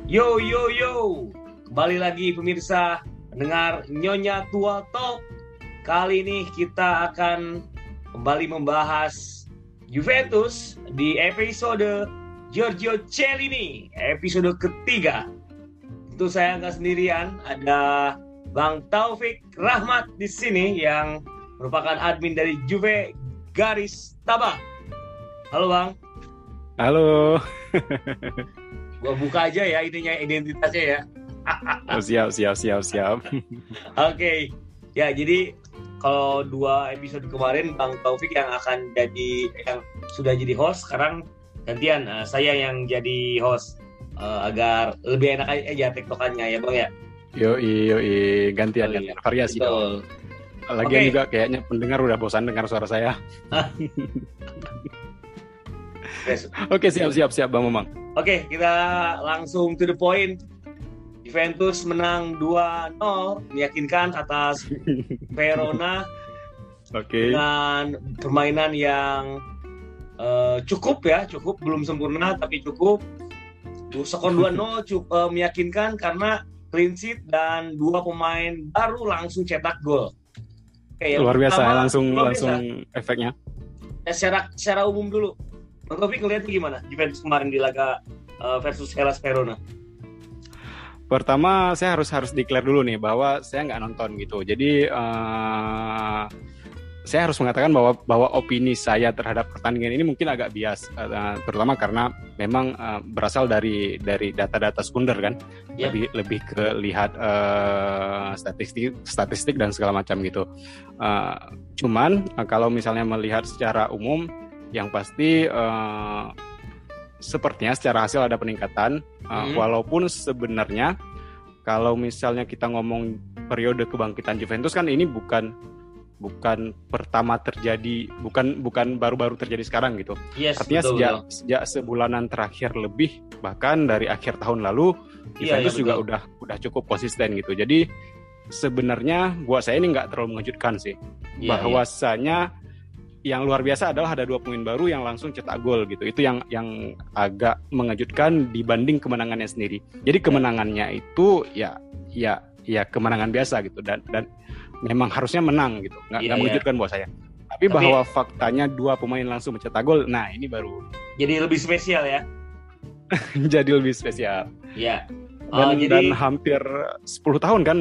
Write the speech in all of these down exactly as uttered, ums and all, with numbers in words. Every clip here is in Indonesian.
Yo yo yo, kembali lagi pemirsa pendengar Nyonya Tua Talk. Kali ini kita akan kembali membahas Juventus di episode Giorgio Chiellini, episode ketiga. Tentu saya nggak sendirian, ada Bang Taufik Rahmat di sini yang merupakan admin dari Juve Garis Tabak. Halo Bang. Halo. Gua buka aja ya ininya, identitasnya ya. Oh, siap, siap, siap, siap. Oke, okay. Ya jadi kalau dua episode kemarin Bang Taufik yang akan jadi yang sudah jadi host, sekarang gantian uh, saya yang jadi host uh, agar lebih enak aja tektokannya ya Bang ya. Yo yo gantian, oh, gantian iya. Variasi dong. Lagian okay. Juga kayaknya pendengar udah bosan dengar suara saya. Oke, siap, siap, siap, Bang Mamang. Oke, kita langsung to the point. Juventus menang dua nol, meyakinkan atas Verona. Oke. Dengan permainan yang uh, cukup ya, cukup, belum sempurna tapi cukup. Skor dua nol cukup uh, meyakinkan karena clean sheet dan dua pemain baru langsung cetak gol. Oke, luar biasa, pertama, langsung luar biasa. Langsung efeknya. Ya, secara secara umum dulu. Bang Taufik ngeliatnya gimana Juventus kemarin di laga uh, versus Hellas Verona? Pertama saya harus harus declare dulu nih bahwa saya nggak nonton gitu. Jadi uh, saya harus mengatakan bahwa bahwa opini saya terhadap pertandingan ini mungkin agak bias, uh, terutama karena memang uh, berasal dari dari data-data sekunder kan, yeah. lebih lebih ke lihat uh, statistik statistik dan segala macam gitu. Uh, cuman uh, kalau misalnya melihat secara umum, yang pasti uh, sepertinya secara hasil ada peningkatan, uh, hmm. walaupun sebenarnya kalau misalnya kita ngomong periode kebangkitan Juventus kan ini bukan bukan pertama terjadi, bukan bukan baru-baru terjadi sekarang gitu. Yes, artinya betul, sejak betul. sejak sebulanan terakhir lebih, bahkan dari akhir tahun lalu Juventus iya, iya, juga udah udah cukup konsisten gitu. Jadi sebenarnya buat saya ini nggak terlalu mengejutkan sih, iya, bahwasanya iya. Yang luar biasa adalah ada dua pemain baru yang langsung cetak gol gitu. Itu yang yang agak mengejutkan dibanding kemenangannya sendiri. Jadi kemenangannya itu ya ya ya kemenangan biasa gitu, dan dan memang harusnya menang gitu. Nggak, yeah, nggak mengejutkan yeah. buat saya. Tapi, Tapi bahwa faktanya dua pemain langsung mencetak gol, nah ini baru jadi lebih spesial ya. Jadi lebih spesial. Iya. Yeah. Dan, uh, jadi... dan hampir sepuluh tahun kan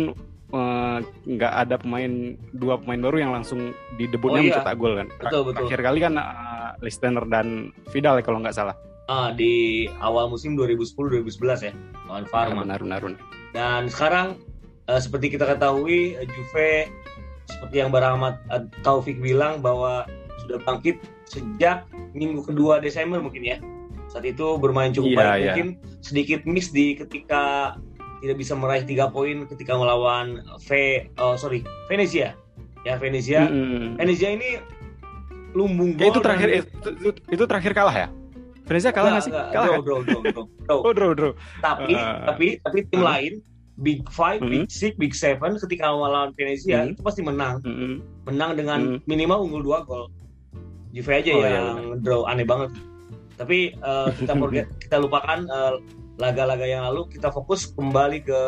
nggak uh, ada pemain dua pemain baru yang langsung di debutnya oh, iya. mencetak gol kan. Betul, betul. Terakhir kali kan uh, Listener dan Vidal ya, kalau nggak salah. Ah, di awal musim dua ribu sepuluh dua ribu sebelas ya, lawan Parma. Benar, benar, benar. Dan sekarang uh, seperti kita ketahui uh, Juve seperti yang Bang Rahmat uh, Taufik bilang bahwa sudah bangkit sejak minggu kedua Desember mungkin ya. Saat itu bermain cukup yeah, baik, yeah. mungkin sedikit miss di ketika tidak bisa meraih tiga poin ketika melawan V, oh sorry, Venezia. Ya Venezia. Mm-hmm. Venezia ini lumbung gol. Itu terakhir dan... itu, itu, itu terakhir kalah ya? Venezia kalah nggak sih? Enggak, kalah. Draw, draw, draw, draw, draw. Oh, draw, draw. Tapi uh, tapi tapi tim uh, lain Big Five, uh, Big Six, Big Seven ketika melawan Venezia uh, itu pasti menang. Uh, menang dengan uh, minimal unggul dua gol. Juve aja oh, yang iya, draw, aneh banget. Tapi uh, kita forget, kita lupakan uh, laga-laga yang lalu, kita fokus kembali ke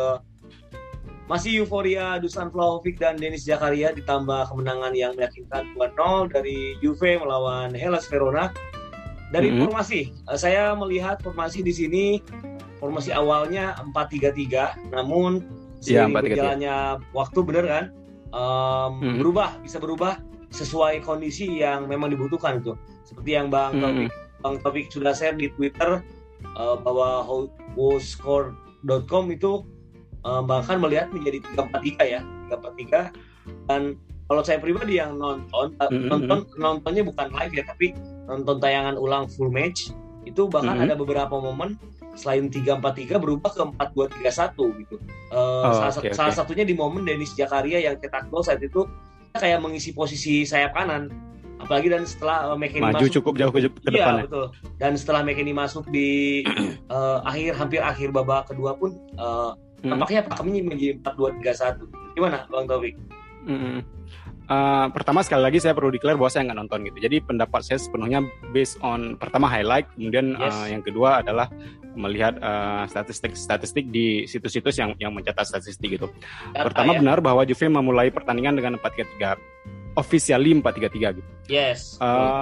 masih euforia Dusan Vlahovic dan Denis Zakaria ditambah kemenangan yang meyakinkan dua nol dari Juve melawan Hellas Verona. Dari mm-hmm. formasi, saya melihat formasi di sini formasi awalnya empat tiga tiga, namun seiring ya, berjalannya waktu bener kan um, mm-hmm. berubah, bisa berubah sesuai kondisi yang memang dibutuhkan itu. Seperti yang Bang mm-hmm. Taufik, Bang Taufik sudah share di Twitter uh, bahwa whoscore dot com itu uh, bahkan melihat menjadi tiga empat tiga ya, tiga empat tiga. Dan kalau saya pribadi yang nonton, mm-hmm. nonton nontonnya bukan live ya, tapi nonton tayangan ulang full match, itu bahkan mm-hmm. ada beberapa momen selain tiga empat tiga berubah ke empat dua tiga satu gitu. Uh, oh, salah, okay, salah okay. satunya di momen Denis Zakaria yang cetak gol saat itu kayak mengisi posisi sayap kanan. Apalagi dan setelah uh, McKennie maju masuk cukup jauh ke, ke iya, depan. Iya, betul. Dan setelah McKennie masuk di uh, akhir hampir akhir babak kedua pun uh, mm-hmm. tampaknya pakemnya menjadi empat dua tiga satu. Gimana Bang Taufik? Mm-hmm. Uh, pertama sekali lagi saya perlu declare bahwa saya nggak nonton gitu. Jadi pendapat saya sepenuhnya based on pertama highlight, kemudian yes. uh, yang kedua adalah melihat uh, statistik-statistik di situs-situs yang yang mencatat statistik gitu. Data, Pertama ya? benar bahwa Juve memulai pertandingan dengan empat tiga tiga. Officially empat tiga tiga gitu. Yes.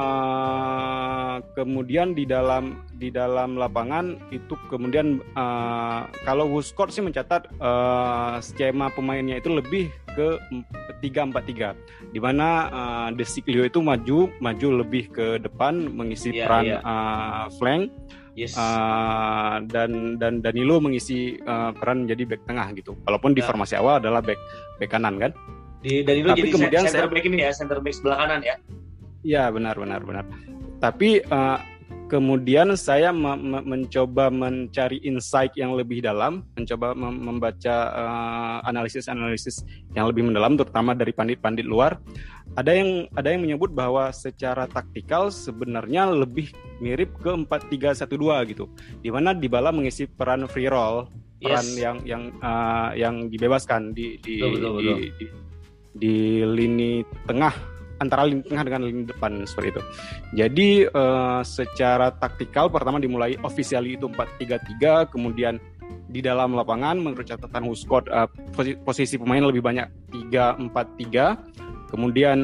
Uh, kemudian di dalam di dalam lapangan itu kemudian uh, kalau WhoScored sih mencatat uh, skema pemainnya itu lebih ke tiga empat tiga, di mana uh, De Sciglio itu maju maju lebih ke depan mengisi yeah, peran yeah. Uh, flank. Yes. Uh, dan dan Danilo mengisi uh, peran menjadi back tengah gitu. Walaupun di yeah. formasi awal adalah back back kanan kan. Di Danilo tapi jadi kemudian center saya, back ini ya, center back sebelah kanan ya. Iya benar benar benar. Tapi uh, kemudian saya me- me- mencoba mencari insight yang lebih dalam, mencoba mem- membaca uh, analisis-analisis yang lebih mendalam, terutama dari pandit-pandit luar. Ada yang ada yang menyebut bahwa secara taktikal sebenarnya lebih mirip ke empat tiga satu dua gitu, di mana Dybala mengisi peran free roll, peran yes. yang yang uh, yang dibebaskan di di, betul, betul, di, betul. di di lini tengah, antara lini tengah dengan lini depan seperti itu. Jadi uh, secara taktikal pertama dimulai officially itu empat tiga tiga, kemudian di dalam lapangan menurut catatan WhoScored uh, posisi, posisi pemain lebih banyak tiga empat tiga. Kemudian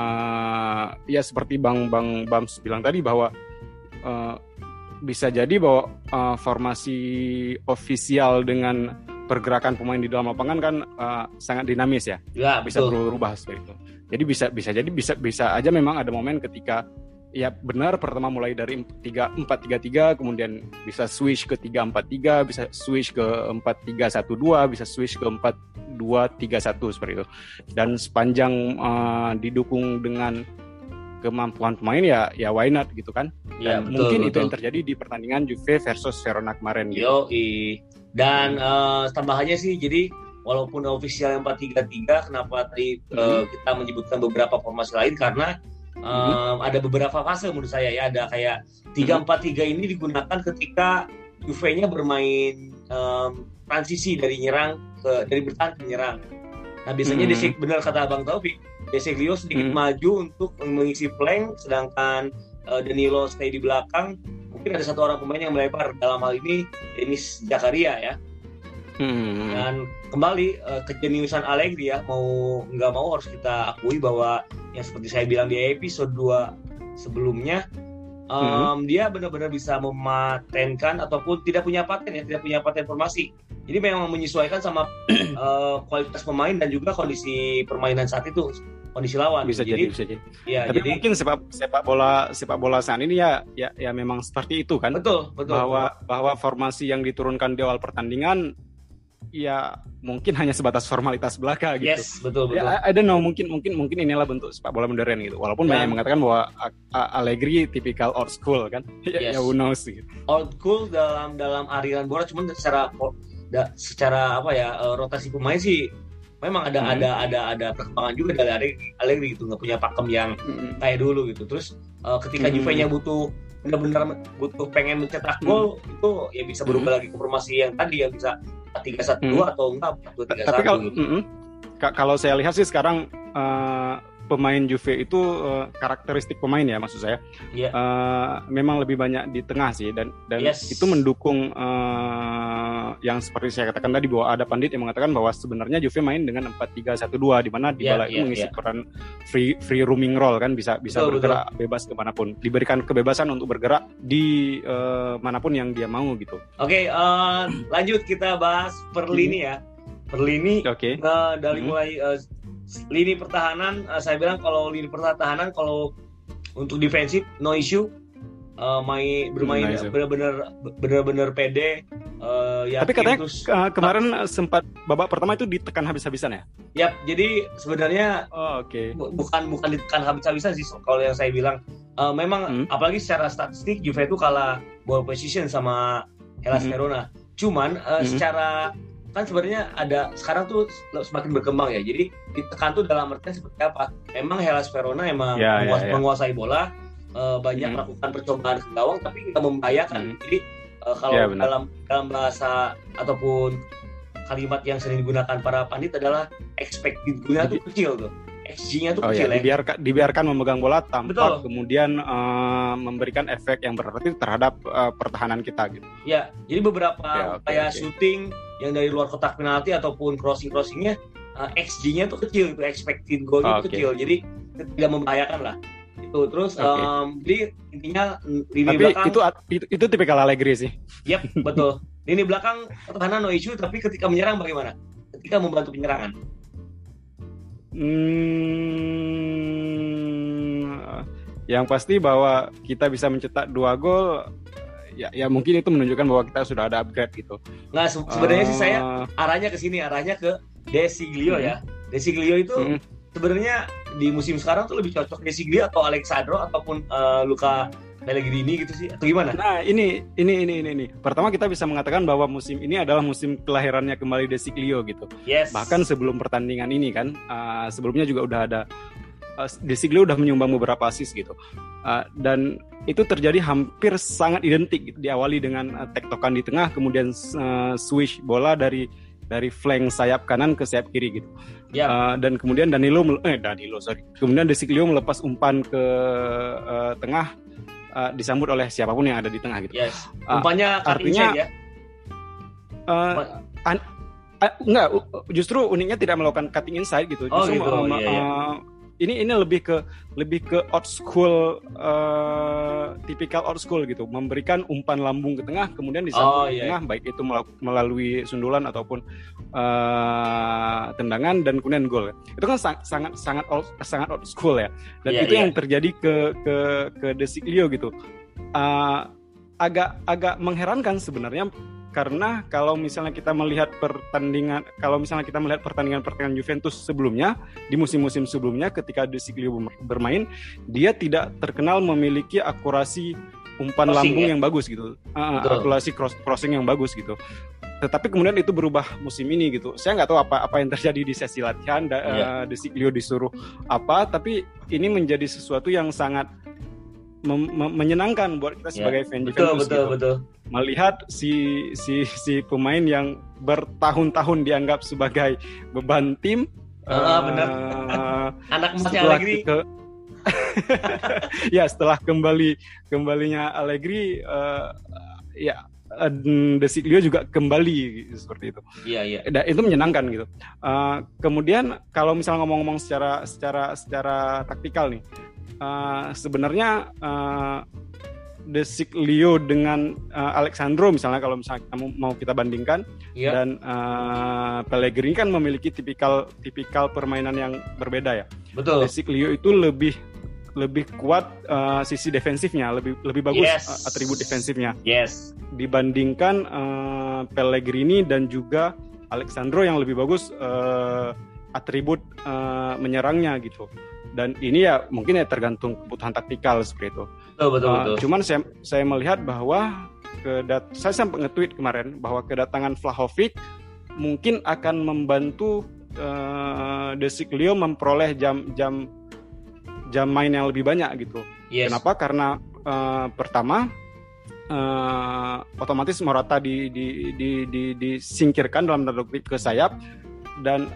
uh, ya seperti Bang Bang Bams bilang tadi bahwa uh, bisa jadi bahwa uh, formasi ofisial dengan pergerakan pemain di dalam lapangan kan uh, sangat dinamis ya, ya bisa berubah seperti itu. Jadi bisa bisa jadi bisa bisa aja memang ada momen ketika ya benar pertama mulai dari tiga empat tiga tiga, kemudian bisa switch ke tiga empat tiga, bisa switch ke empat tiga satu dua, bisa switch ke empat dua tiga satu seperti itu. Dan sepanjang uh, didukung dengan kemampuan pemain ya ya why not gitu kan. Ya, Dan betul, mungkin betul. itu yang terjadi di pertandingan Juve versus Verona kemarin gitu. Yoi. Dan uh, tambahannya sih, jadi walaupun official empat tiga tiga, kenapa tadi mm-hmm. uh, kita menyebutkan beberapa formasi lain, karena um, mm-hmm. ada beberapa fase menurut saya ya. Ada kayak tiga empat tiga ini digunakan ketika Juve-nya bermain um, transisi dari nyerang ke dari bertahan ke menyerang. Nah biasanya mm-hmm. Desig, benar kata Bang Taufik, De Sciglio sedikit mm-hmm. maju untuk mengisi flank, sedangkan uh, Danilo stay di belakang. Mungkin ada satu orang pemain yang melebar, dalam hal ini Denis Zakaria ya. Hmm. Dan kembali uh, kejeniusan Allegri ya, mau nggak mau harus kita akui bahwa yang seperti saya bilang di episode dua sebelumnya, um, hmm. dia benar-benar bisa mematenkan ataupun tidak punya paten ya, tidak punya paten formasi. Jadi memang menyesuaikan sama uh, kualitas pemain dan juga kondisi permainan saat itu, kondisi lawan. Bisa jadi, jadi bisa jadi. Ya, tapi jadi, mungkin sepak sepak bola sepak bola saat ini ya ya ya memang seperti itu kan. Betul, betul. Bahwa bahwa formasi yang diturunkan di awal pertandingan ya mungkin hanya sebatas formalitas belaka gitu. Yes, betul betul. Ya, I, I don't know, mungkin mungkin mungkin inilah bentuk sepak bola modern gitu. Walaupun banyak yang mengatakan bahwa Allegri tipikal old school kan. Yes. Ya who knows gitu. Old school dalam dalam aliran bola, cuman secara da, secara apa ya rotasi pemain sih memang ada hmm. ada ada ada perkembangan juga dari Allegri, Allegri gitu, nggak punya pakem yang hmm. kayak dulu gitu. Terus uh, ketika hmm. Juve-nya butuh benar-benar butuh pengen mencetak gol hmm. itu ya bisa berubah hmm. lagi ke formasi yang tadi ya, bisa empat tiga satu dua hmm. atau enggak empat dua tiga satu. Tapi kalau gitu. mm, kalau saya lihat sih sekarang uh, pemain Juve itu uh, karakteristik pemain ya maksud saya yeah. uh, memang lebih banyak di tengah sih, dan dan yes. itu mendukung uh, yang seperti saya katakan tadi bahwa ada pandit yang mengatakan bahwa sebenarnya Juve main dengan empat tiga satu dua di mana Dybala yeah, itu yeah, mengisi yeah. peran free free roaming role kan, bisa bisa betul, bergerak betul. bebas kemanapun, diberikan kebebasan untuk bergerak di uh, manapun yang dia mau gitu. Oke, okay, uh, lanjut kita bahas per lini ya. Per lini okay. uh, dari hmm. mulai uh, lini pertahanan, uh, saya bilang kalau lini pertahanan kalau untuk defensif no issue, uh, main bermain nice. benar-benar benar-benar pede. Uh, Tapi katanya terus, uh, kemarin uh, sempat babak pertama itu ditekan habis-habisan ya? Yap, jadi sebenarnya oh, okay. bu- bukan bukan ditekan habis-habisan sih kalau yang saya bilang. Uh, memang hmm. apalagi secara statistik Juve itu kalah ball position sama Hellas hmm. Verona. Cuman uh, hmm. secara kan sebenarnya ada sekarang tuh semakin berkembang ya, jadi ditekan tuh dalam artian seperti apa, memang Hellas Verona emang ya, menguas- ya, ya. menguasai bola, uh, banyak hmm. melakukan percobaan ke gawang tapi nggak membahayakan. hmm. Jadi uh, kalau ya, dalam dalam bahasa ataupun kalimat yang sering digunakan para pandit adalah expected goal-nya tuh kecil tuh, X G-nya tuh oh, kecil ya, ya. Dibiarkan, dibiarkan memegang bola tanpa Betul. kemudian uh, memberikan efek yang berarti terhadap uh, pertahanan kita gitu. Ya, jadi beberapa ya, okay, kayak okay. shooting yang dari luar kotak penalti ataupun crossing-crossingnya uh, X G-nya tuh kecil, itu expected goal-nya oh, tuh okay. kecil. Jadi tidak membahayakan lah. Itu terus okay. um, jadi intinya di tapi belakang itu, itu itu tipikal Allegri sih. Yap, betul. Ini belakang pertahanan no issue, tapi ketika menyerang bagaimana? Ketika membantu penyerangan. Hmm, yang pasti bahwa kita bisa mencetak dua gol, ya, ya mungkin itu menunjukkan bahwa kita sudah ada upgrade gitu. Nggak, se- sebenarnya uh, sih saya arahnya ke sini, arahnya ke Desiglio hmm. ya. Desiglio itu hmm. sebenarnya di musim sekarang tuh lebih cocok Desiglio atau Alexandro ataupun uh, Luca Pellegrini gitu sih, atau gimana? Nah ini ini ini ini ini. Pertama kita bisa mengatakan bahwa musim ini adalah musim kelahirannya kembali Desiglio gitu. Yes. Bahkan sebelum pertandingan ini kan, uh, sebelumnya juga udah ada uh, Desiglio udah menyumbang beberapa assist gitu. Uh, dan itu terjadi hampir sangat identik gitu. Diawali dengan uh, tektokan di tengah, kemudian uh, switch bola dari dari flank sayap kanan ke sayap kiri gitu. Yep. Uh, dan kemudian Danilo eh Danilo sorry. Kemudian Desiglio melepas umpan ke uh, tengah. Uh, disambut oleh siapapun yang ada di tengah gitu. Yes. Umpannya uh, artinya ya. Uh, an, uh, enggak, justru uniknya tidak melakukan cutting inside gitu. Oh, justru gitu. uh, iya, iya. Uh, ini ini lebih ke lebih ke old school, uh, tipikal old school gitu, memberikan umpan lambung ke tengah, kemudian disambut oh, ke iya. tengah, baik itu melalui sundulan ataupun uh, tendangan dan kemudian gol. Itu kan sangat sangat sangat old, sangat old school ya, dan yeah, itu yeah. yang terjadi ke ke ke Desiglio gitu. Uh, agak agak mengherankan sebenarnya. Karena kalau misalnya kita melihat pertandingan, kalau misalnya kita melihat pertandingan-pertandingan Juventus sebelumnya, di musim-musim sebelumnya ketika Desiglio bermain, dia tidak terkenal memiliki akurasi umpan crossing, lambung ya? yang bagus gitu, uh, akurasi cross, crossing yang bagus gitu. Tetapi kemudian itu berubah musim ini gitu. Saya nggak tahu apa apa yang terjadi di sesi latihan, da, yeah. uh, Desiglio disuruh apa, tapi ini menjadi sesuatu yang sangat Mem- mem- menyenangkan buat kita sebagai yeah. fan Juventus betul, gitu. Betul. Melihat si si si pemain yang bertahun-tahun dianggap sebagai beban tim, uh, uh, benar. Anak emasnya Allegri. Ke, ya setelah kembali kembalinya Allegri, uh, ya Desiglio juga kembali seperti itu. Iya iya. Dan itu menyenangkan gitu. Uh, kemudian kalau misalnya ngomong-ngomong secara secara secara taktikal nih. Uh, sebenarnya uh, Desiglio dengan uh, Alexandro misalnya kalau misalnya kita mau kita bandingkan yeah. dan uh, Pellegrini kan memiliki tipikal tipikal permainan yang berbeda ya. Betul. Desiglio itu lebih lebih kuat uh, sisi defensifnya, lebih lebih bagus yes. uh, atribut defensifnya. Yes. Dibandingkan uh, Pellegrini dan juga Alexandro yang lebih bagus uh, atribut uh, menyerangnya gitu. Dan ini ya mungkin ya tergantung kebutuhan taktikal seperti itu. Betul, betul, uh, betul. Cuman saya saya melihat bahwa kedat saya sempat nge-tweet kemarin bahwa kedatangan Vlahovic mungkin akan membantu uh, Desiglio memperoleh jam-jam jam main yang lebih banyak gitu. Yes. Kenapa? Karena uh, pertama uh, otomatis Morata di di di di disingkirkan dalam tanda kutip ke sayap. Dan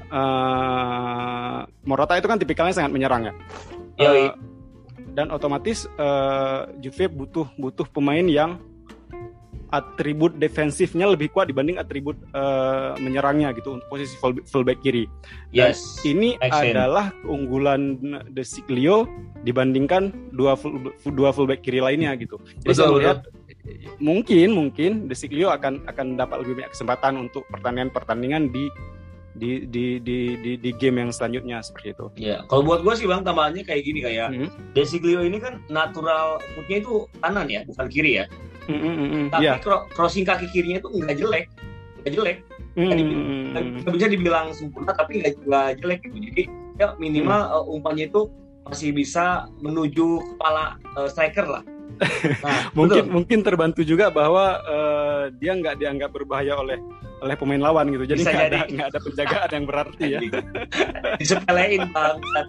uh, Morata itu kan tipikalnya sangat menyerang ya. Uh, dan otomatis uh, Juve butuh butuh pemain yang atribut defensifnya lebih kuat dibanding atribut uh, menyerangnya gitu untuk posisi full, fullback kiri. Yes. Dan ini Excellent. adalah keunggulan Desiglio dibandingkan dua full, dua fullback kiri lainnya gitu. Jadi betul, saya melihat betul. mungkin mungkin Desiglio akan akan dapat lebih banyak kesempatan untuk pertandingan-pertandingan di Di, di di di di game yang selanjutnya seperti itu. Iya, kalau buat gue sih bang tambahannya kayak gini kayak mm-hmm. Desiglio ini kan natural footnya itu kanan ya, bukan kiri ya. Mm-hmm. Tapi yeah. crossing kaki kirinya itu nggak jelek, nggak jelek. Mm-hmm. Nggak bisa dibilang sempurna tapi nggak jelek gitu. Jadi ya minimal mm-hmm. uh, umpannya itu masih bisa menuju kepala uh, striker lah. Nah, mungkin betul. mungkin terbantu juga bahwa uh, dia nggak dianggap berbahaya oleh oleh pemain lawan gitu, jadi nggak ada nggak ada penjagaan yang berarti ya. Disepelein banget.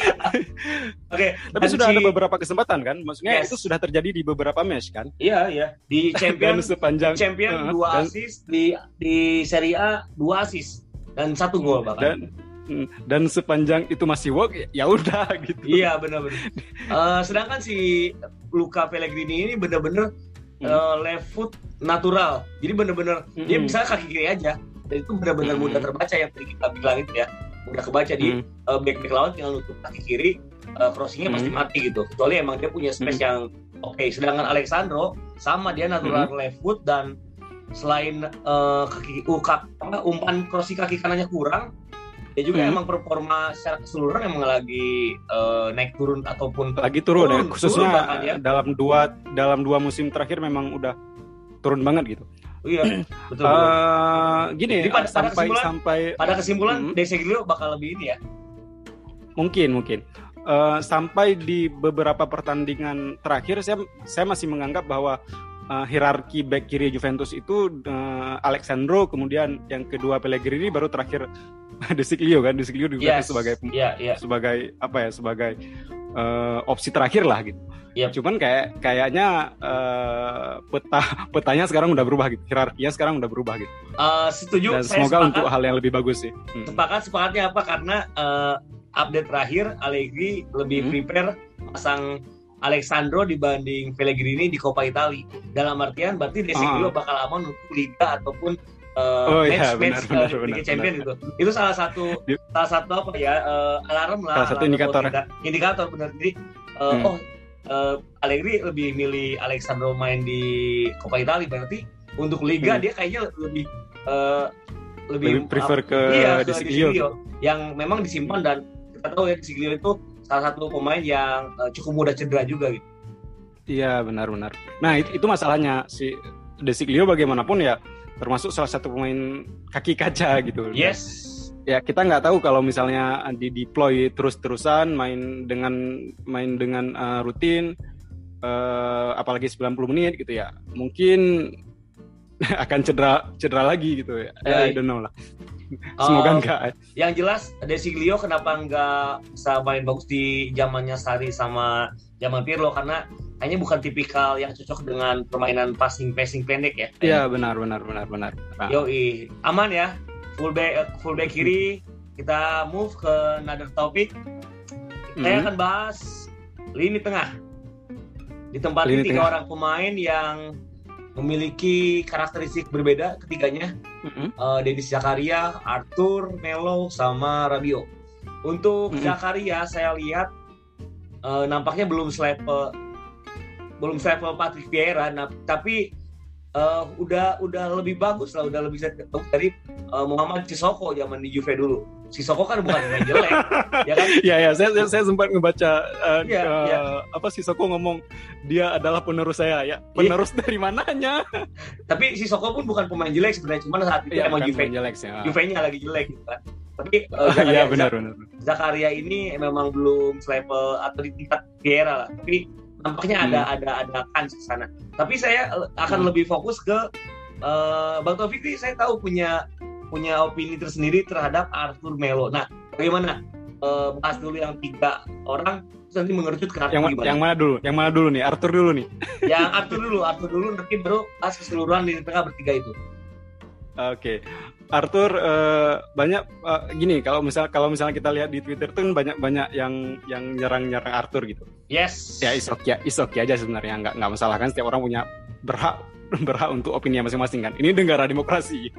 Oke, tapi sudah ada beberapa kesempatan kan, maksudnya yes. itu sudah terjadi di beberapa match kan? Iya iya. Di Champion sepanjang Champion uh, dua dan, assist, di di Serie A dua assist dan satu gol bahkan. Dan dan sepanjang itu masih work ya udah gitu. Iya benar-benar. uh, sedangkan si Luca Pellegrini ini benar-benar hmm. uh, left foot natural, jadi benar-benar hmm. dia bisa kaki kiri aja, dan itu benar-benar hmm. mudah terbaca yang tadi kita bilang itu ya, mudah kebaca di hmm. uh, back-back lawan tinggal nutup kaki kiri, uh, crossingnya hmm. pasti mati gitu, kecuali emang dia punya space hmm. yang oke. Okay. Sedangkan Alexandro sama dia natural hmm. left foot, dan selain uh, kaki uh, umpan crossing kaki kanannya kurang, dia juga hmm. emang performa secara keseluruhan emang lagi uh, naik turun ataupun lagi turun, turun ya, khususnya turun ya. dalam dua dalam dua musim terakhir memang udah turun banget gitu. Iya, betul. uh, gini Jadi pada, sampai pada sampai pada kesimpulan hmm. De Sciglio bakal lebih ini ya. Mungkin mungkin uh, sampai di beberapa pertandingan terakhir saya saya masih menganggap bahwa Uh, hierarki back kiri Juventus itu uh, Alexandro, kemudian yang kedua Pellegrini, baru terakhir De Sciglio kan. De Sciglio juga yes. sebagai yeah, yeah. sebagai apa ya sebagai uh, opsi terakhir lah gitu. Yep. Cuman kayak kayaknya uh, peta petanya sekarang udah berubah gitu. Hierarkinya sekarang udah berubah gitu. Uh, setuju. Dan semoga sepakat, untuk hal yang lebih bagus sih. Hmm. Sepakat sepakatnya apa? Karena uh, update terakhir Allegri lebih hmm. prepare pasang Alexandro dibanding Pellegrini di Coppa Italia. Dalam artian berarti De Sciglio oh. bakal aman untuk Liga ataupun uh, oh, match iya, match benar, uh, benar, Liga Champion gitu. Itu salah satu salah satu apa ya uh, alarm lah. Salah satu indikator. Tidak, indikator benar. Jadi uh, hmm. oh uh, Allegri lebih milih Alexandro main di Coppa Italia, berarti untuk Liga hmm. dia kayaknya lebih uh, lebih, lebih prefer ke iya, De Sciglio gitu. Yang memang disimpan, dan kita tahu ya De Sciglio itu salah satu pemain yang uh, cukup mudah cedera juga gitu. Iya benar-benar. Nah itu, itu masalahnya si De Sciglio bagaimanapun ya termasuk salah satu pemain kaki kaca gitu. Yes. Ya kita nggak tahu kalau misalnya di deploy terus-terusan main dengan main dengan uh, rutin, uh, apalagi sembilan puluh menit gitu ya, mungkin akan cedera cedera lagi gitu ya. Yeah. I don't know lah. Semoga uh, enggak. Yang jelas De Sciglio kenapa enggak bisa main bagus di zamannya Sarri sama zaman Pirlo, karena kayaknya bukan tipikal yang cocok dengan permainan passing passing pendek ya. Iya benar benar benar benar. Nah. Yoi, aman ya. Fullback fullback kiri, kita move ke another topic. Saya mm-hmm. akan bahas lini tengah. Ditempati tiga tengah. orang pemain yang memiliki karakteristik berbeda ketiganya, mm-hmm. uh, Denis Zakaria, Arthur Melo, sama Rabiot. Untuk mm-hmm. Zakaria saya lihat uh, nampaknya belum selevel belum selevel Patrick Vieira, nah, tapi uh, udah udah lebih bagus lah, udah lebih dari uh, Muhammad Sissoko zaman di Juve dulu. Sissoko kan bukan pemain jelek, ya kan? Iya ya, saya, saya saya sempat ngebaca uh, ya, uh, ya. apa Sissoko ngomong dia adalah penerus saya ya. Penerus ya. Dari mananya? Tapi Sissoko pun bukan pemain jelek sebenarnya, cuma saat itu ya, emang Juve jelek sih. Juve-nya lagi jelek gitu kan. Tapi uh, Zakaria, ya, benar, benar. Zakaria ini memang belum selevel atau di tingkat Vieira lah, tapi nampaknya hmm. ada ada ada kans ke sana. Tapi saya akan hmm. lebih fokus ke uh, Bang Taufik. Saya tahu punya punya opini tersendiri terhadap Arthur Melo. Nah, bagaimana? Uh, bahas dulu yang tiga orang, terus nanti mengerucut ke Arthur yang, gimana? Yang mana dulu? Yang mana dulu nih? Arthur dulu nih. Yang Arthur dulu, Arthur dulu, nanti baru bahas keseluruhan di tengah bertiga itu. Oke, okay. Arthur uh, banyak uh, gini. Kalau misal kalau misalnya kita lihat di Twitter tuh banyak banyak yang yang nyerang-nyerang Arthur gitu. Yes. Ya is okay, is okay aja sebenarnya, nggak nggak masalah kan, setiap orang punya berhak berhak untuk opini masing-masing kan. Ini negara demokrasi.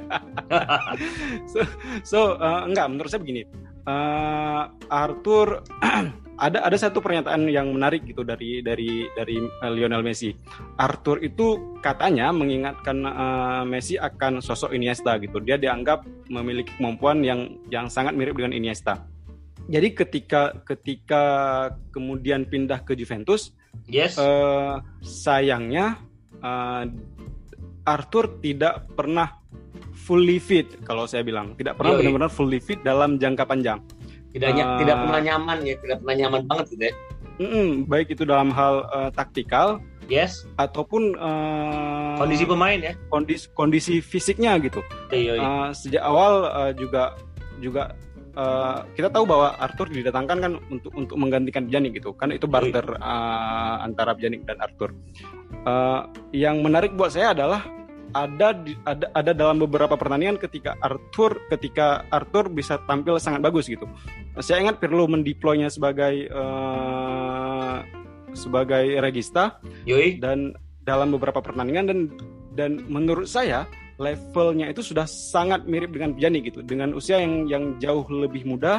so so uh, enggak, menurut saya begini. Uh, Arthur ada ada satu pernyataan yang menarik gitu dari dari dari uh, Lionel Messi. Arthur itu katanya mengingatkan uh, Messi akan sosok Iniesta gitu. Dia dianggap memiliki kemampuan yang yang sangat mirip dengan Iniesta. Jadi ketika ketika kemudian pindah ke Juventus, yes. uh, sayangnya uh, Arthur tidak pernah fully fit, kalau saya bilang tidak pernah Yoi. benar-benar fully fit dalam jangka panjang. Tidak uh, tidak pernah nyaman ya, tidak pernah nyaman banget gitu ya. Baik itu dalam hal uh, taktikal, yes, ataupun uh, kondisi pemain ya, kondisi kondisi fisiknya gitu. Yoi. Uh, sejak awal uh, juga juga Uh, kita tahu bahwa Arthur didatangkan kan untuk untuk menggantikan Pjanic gitu kan, itu barter uh, antara Pjanic dan Arthur. Uh, yang menarik buat saya adalah ada di, ada ada dalam beberapa pertandingan ketika Arthur ketika Arthur bisa tampil sangat bagus gitu. Saya ingat Pirlo mendeploynya sebagai uh, sebagai regista. Yoi. Dan dalam beberapa pertandingan dan dan menurut saya levelnya itu sudah sangat mirip dengan Pjanic gitu, dengan usia yang yang jauh lebih muda,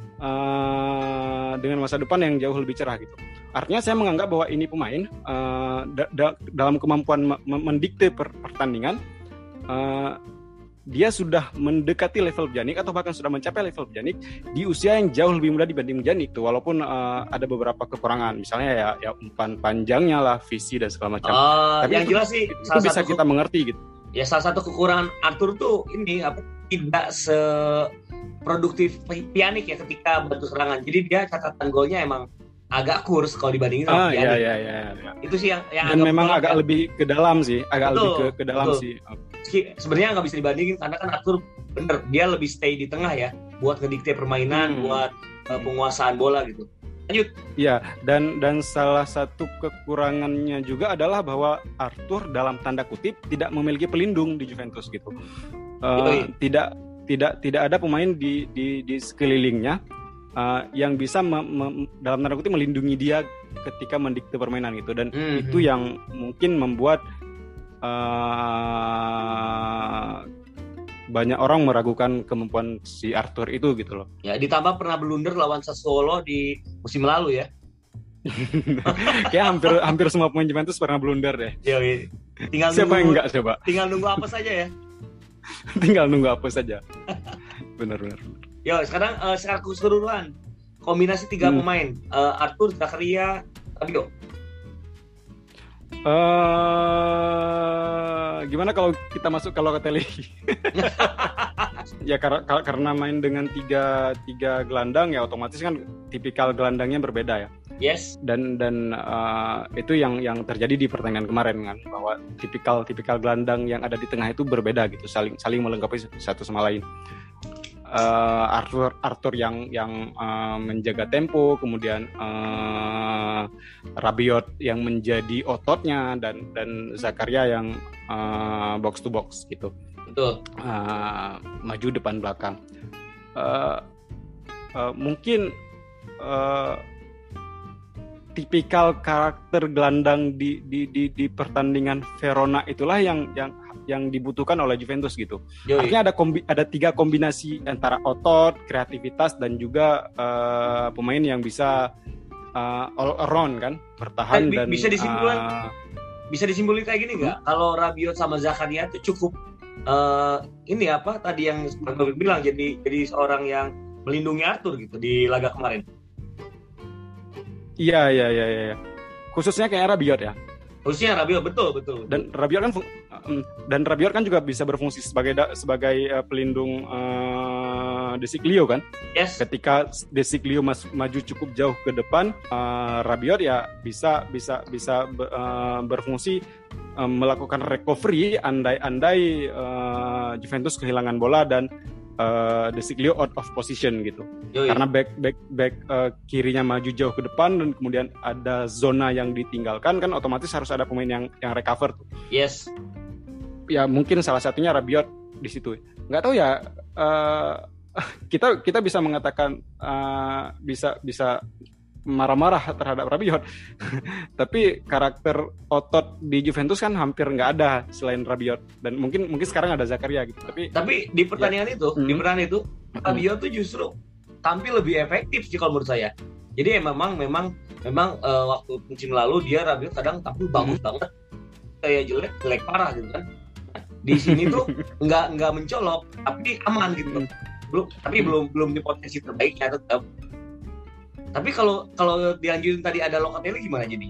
uh, dengan masa depan yang jauh lebih cerah gitu. Artinya saya menganggap bahwa ini pemain uh, da- da- dalam kemampuan m- mendikte per- pertandingan, uh, dia sudah mendekati level Pjanic atau bahkan sudah mencapai level Pjanic di usia yang jauh lebih muda dibanding Pjanic tuh, walaupun uh, ada beberapa kekurangan, misalnya ya, ya umpan panjangnya lah, visi dan segala macam. Uh, Tapi yang itu, jelas sih itu bisa kita ke- mengerti gitu. Ya salah satu kekurangan Arthur tuh ini apa tidak seproduktif Pjanic ya ketika bantu serangan. Jadi dia catatan golnya emang agak kurs kalau dibandingin sama ah, Pjanic. Iya, iya, iya. Itu sih yang, yang dan agak memang agak kan. lebih ke dalam sih, agak betul, lebih ke, ke dalam betul. sih. Sebenarnya nggak bisa dibandingin karena kan Arthur bener dia lebih stay di tengah ya, buat ngedikte permainan, hmm. buat uh, penguasaan bola gitu. Lanjut. Iya, dan dan salah satu kekurangannya juga adalah bahwa Arthur dalam tanda kutip tidak memiliki pelindung di Juventus gitu. Uh, tidak tidak tidak ada pemain di di, di sekelilingnya uh, yang bisa me, me, dalam tanda kutip melindungi dia ketika mendikte permainan gitu, dan mm-hmm. itu yang mungkin membuat uh, banyak orang meragukan kemampuan si Arthur itu gitu loh. Ya, ditambah pernah blunder lawan Sassuolo di musim lalu ya. Kayak hampir hampir semua pemain Juventus pernah blunder deh. Ya, tinggal siapa nunggu, yang enggak coba? Tinggal nunggu apa saja ya. Tinggal nunggu apa saja. Benar-benar. Yo, sekarang uh, secara keseluruhan kombinasi tiga hmm. pemain, uh, Arthur, Zakaria, Rabiot. Uh, gimana kalau kita masuk ke Locatelli? Ya karena karena main dengan tiga tiga gelandang ya otomatis kan tipikal gelandangnya berbeda ya. Yes. Dan dan uh, itu yang yang terjadi di pertandingan kemarin kan, bahwa tipikal tipikal gelandang yang ada di tengah itu berbeda gitu, saling saling melengkapi satu sama lain. Uh, Arthur Arthur yang yang uh, menjaga tempo, kemudian uh, Rabiot yang menjadi ototnya, dan dan Zakaria yang uh, box to box gitu. Betul. Uh, maju depan belakang. Uh, uh, mungkin uh, tipikal karakter gelandang di di di, di pertandingan Verona itulah yang yang yang dibutuhkan oleh Juventus gitu. Yoi. Artinya ada kombi, ada tiga kombinasi antara otot, kreativitas, dan juga uh, pemain yang bisa uh, all around kan, bertahan eh, dan bisa disimpulkan uh, bisa disimpulkan kayak gini nggak? Hmm? Kalau Rabiot sama Zakaria itu cukup uh, ini apa tadi yang Bang bilang, jadi jadi seorang yang melindungi Arthur gitu di laga kemarin. Iya iya iya iya. Khususnya kayak Rabiot ya. Khususnya Rabiot betul betul. betul. Dan Rabiot kan dan Rabiot kan juga bisa berfungsi sebagai sebagai uh, pelindung uh, De Sciglio kan. Yes. Ketika De Sciglio mas, maju cukup jauh ke depan, uh, Rabiot ya bisa bisa bisa uh, berfungsi uh, melakukan recovery andai-andai uh, Juventus kehilangan bola dan Uh, De Sciglio out of position gitu. Yoi. Karena back back back uh, kirinya maju jauh ke depan dan kemudian ada zona yang ditinggalkan, kan otomatis harus ada pemain yang yang recover tuh. Yes. Ya mungkin salah satunya Rabiot di situ. Nggak tahu ya. Uh, kita kita bisa mengatakan uh, bisa bisa marah-marah terhadap Rabiot. Tapi karakter otot di Juventus kan hampir nggak ada selain Rabiot, dan mungkin mungkin sekarang ada Zakaria gitu. Tapi tapi di pertandingan ya. itu, hmm. di pertandingan itu Rabiot tuh justru tampil lebih efektif sih kalau menurut saya. Jadi ya memang memang memang uh, waktu musim lalu dia Rabiot kadang tampil bagus hmm. banget, kayak jelek jelek parah gitu kan. Di sini tuh nggak nggak mencolok, tapi aman gitu. Belum tapi hmm. belum belum di potensi terbaiknya tetap. Tapi kalau kalau dilanjutin tadi ada Locatelli gimana jadinya?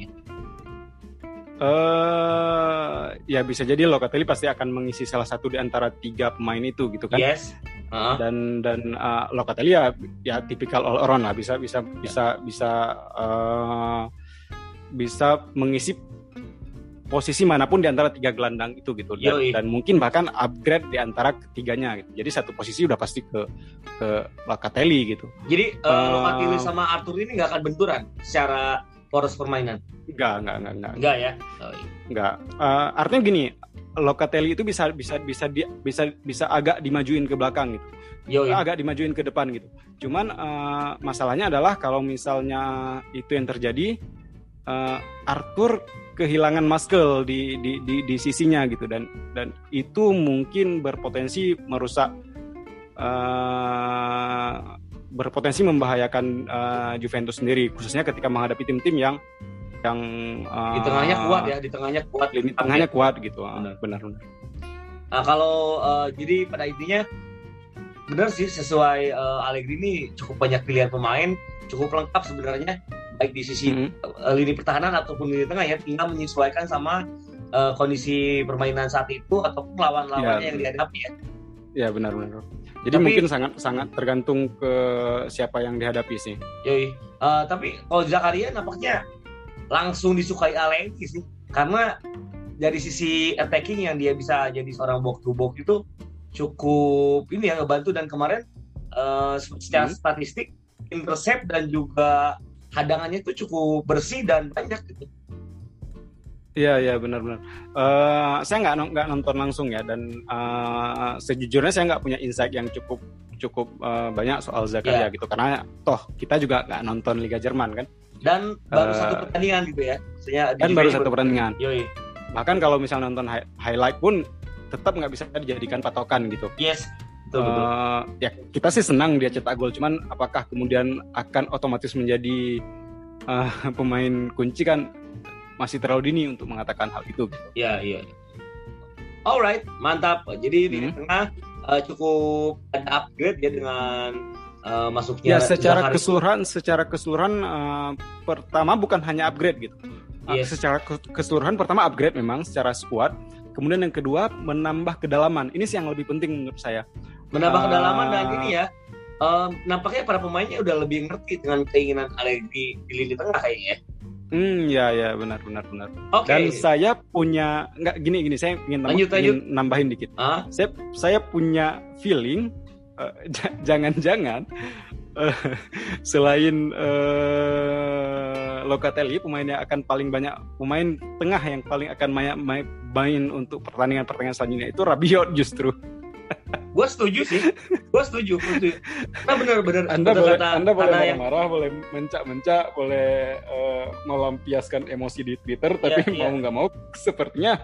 Uh, ya bisa jadi Locatelli pasti akan mengisi salah satu di antara tiga pemain itu gitu kan. Yes. Uh-huh. Dan dan uh, Locatelli ya ya tipikal all around lah, bisa bisa yeah. bisa bisa uh, bisa mengisi posisi manapun di antara tiga gelandang itu gitu, dan, dan mungkin bahkan upgrade di antara ketiganya gitu. Jadi satu posisi udah pasti ke ke Locatelli gitu. Jadi uh, uh, Locatelli sama Arthur ini nggak akan benturan secara poros permainan? Enggak, enggak, enggak, enggak. Enggak ya? Oh, iya. Enggak. Uh, artinya gini, Locatelli itu bisa bisa bisa di, bisa bisa agak dimajuin ke belakang gitu. Yo, yo. Agak dimajuin ke depan gitu. Cuman uh, masalahnya adalah kalau misalnya itu yang terjadi, uh, Arthur kehilangan Muscle di, di di di sisinya gitu, dan dan itu mungkin berpotensi merusak, uh, berpotensi membahayakan uh, Juventus sendiri, khususnya ketika menghadapi tim-tim yang yang uh, di tengahnya kuat ya, di tengahnya kuat, di tengahnya kuat gitu. Benar-benar. Nah, kalau uh, jadi pada intinya benar sih, sesuai uh, Allegri ini cukup banyak pilihan pemain, cukup lengkap sebenarnya, baik di sisi mm-hmm. uh, lini pertahanan ataupun lini tengah ya, tinggal menyesuaikan sama uh, kondisi permainan saat itu ataupun lawan-lawannya ya, yang dihadapi ya. Ya benar-benar. Jadi tapi, mungkin sangat sangat tergantung ke siapa yang dihadapi sih. Yoi. Uh, tapi kalau Zakaria nampaknya langsung disukai Allegri sih, karena dari sisi attacking yang dia bisa jadi seorang box to box itu cukup ini ya, ngebantu. Dan kemarin uh, secara hmm. statistik intercept dan juga hadangannya itu cukup bersih dan banyak gitu. Iya iya benar-benar. Uh, saya nggak nggak nonton langsung ya, dan uh, sejujurnya saya nggak punya insight yang cukup cukup uh, banyak soal Zakaria yeah. gitu, karena toh kita juga nggak nonton Liga Jerman kan. Dan baru uh, satu pertandingan gitu ya. Maksudnya dan baru satu pertandingan. Yoi. Bahkan kalau misalnya nonton hi- highlight pun tetap nggak bisa dijadikan patokan gitu. Yes, betul, betul. Uh, ya kita sih senang dia cetak gol, cuman apakah kemudian akan otomatis menjadi uh, pemain kunci kan masih terlalu dini untuk mengatakan hal itu. Iya, iya. Alright, mantap. Jadi hmm. di tengah uh, cukup ada upgrade ya dengan Uh, masuknya ya secara Zakaria. keseluruhan secara keseluruhan uh, pertama bukan hanya upgrade gitu. Uh, yes. Secara keseluruhan pertama upgrade memang secara squad, kemudian yang kedua menambah kedalaman. Ini sih yang lebih penting menurut saya. Menambah uh, kedalaman dan ini ya. Uh, nampaknya para pemainnya udah lebih ngerti dengan keinginan Allegri di lini tengah kayaknya. Hmm, ya ya benar benar benar. Okay. Dan saya punya nggak gini gini saya ingin, nambah, lanjut, lanjut. ingin nambahin dikit. Huh? Saya saya punya feeling Uh, j- jangan-jangan uh, selain uh, Locatelli, pemain yang akan paling banyak, pemain tengah yang paling akan main, main, main untuk pertandingan-pertandingan selanjutnya itu Rabiot justru. Gue setuju sih, gue setuju, setuju. Nah benar-benar. Anda boleh, kata, Anda boleh marah-marah, yang... boleh mencak-mencak, boleh uh, melampiaskan emosi di Twitter, tapi yeah, mau nggak yeah. mau, sepertinya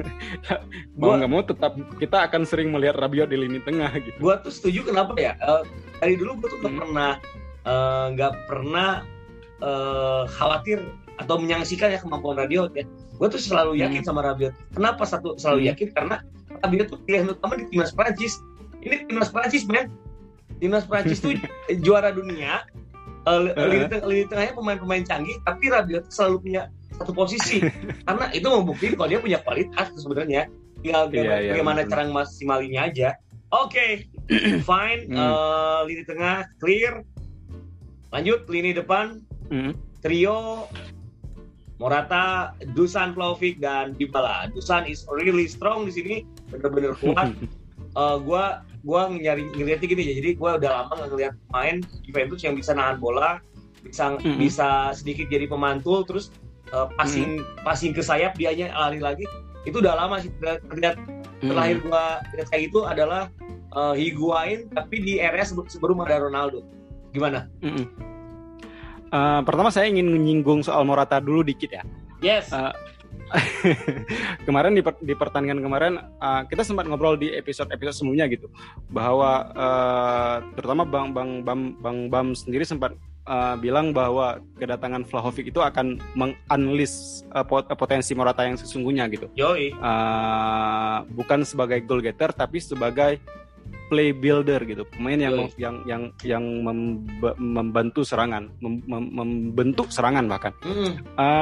mau nggak mau tetap kita akan sering melihat Rabiot di lini tengah gitu. Gue tuh setuju, kenapa ya? Uh, dari dulu gue tuh nggak hmm. pernah nggak uh, pernah uh, khawatir atau menyaksikan ya kemampuan Rabiot ya. Gue tuh selalu yakin hmm. sama Rabiot. Kenapa satu selalu hmm. yakin? Karena Rabiot tuh pilihan utama di timnas Prancis. Ini timnas Prancis, men. Timnas Prancis tuh juara dunia. Uh, lini, teng- lini tengahnya pemain-pemain canggih, tapi Rabiot selalu punya satu posisi. Karena itu membuktikan kalau dia punya kualitas sebenarnya. Tinggal yeah, yeah, bagaimana yeah, cara maksimalinnya aja. Oke, okay. Fine. Mm. Uh, lini tengah clear. Lanjut lini depan. Mm. Trio Morata, Dusan Vlahovic dan Dybala. Dusan is really strong di sini, benar-benar kuat. uh, gua gua nyari ngeliatnya gini ya. Jadi gua udah lama nggak ngeliat pemain Juventus yang bisa nahan bola, bisa mm-hmm. bisa sedikit jadi pemantul, terus uh, passing mm-hmm. passing ke sayap dianya lari lagi. Itu udah lama sih. Terlihat mm-hmm. terakhir gua lihat kayak gitu adalah uh, Higuain, tapi di era sebelum ada Ronaldo. Gimana? Mm-hmm. Uh, pertama saya ingin menyinggung soal Morata dulu dikit ya. Yes. Uh, kemarin di, per, di pertandingan kemarin uh, kita sempat ngobrol di episode-episode sebelumnya gitu, bahwa uh, terutama Bang Bang Bam Bang Bam sendiri sempat uh, bilang bahwa kedatangan Vlahovic itu akan meng-unleash uh, potensi Morata yang sesungguhnya gitu. Yoi. Uh, bukan sebagai goal getter tapi sebagai play builder gitu, pemain yang Yoi. yang yang yang memb- membantu serangan, mem- mem- membentuk serangan bahkan. Mm.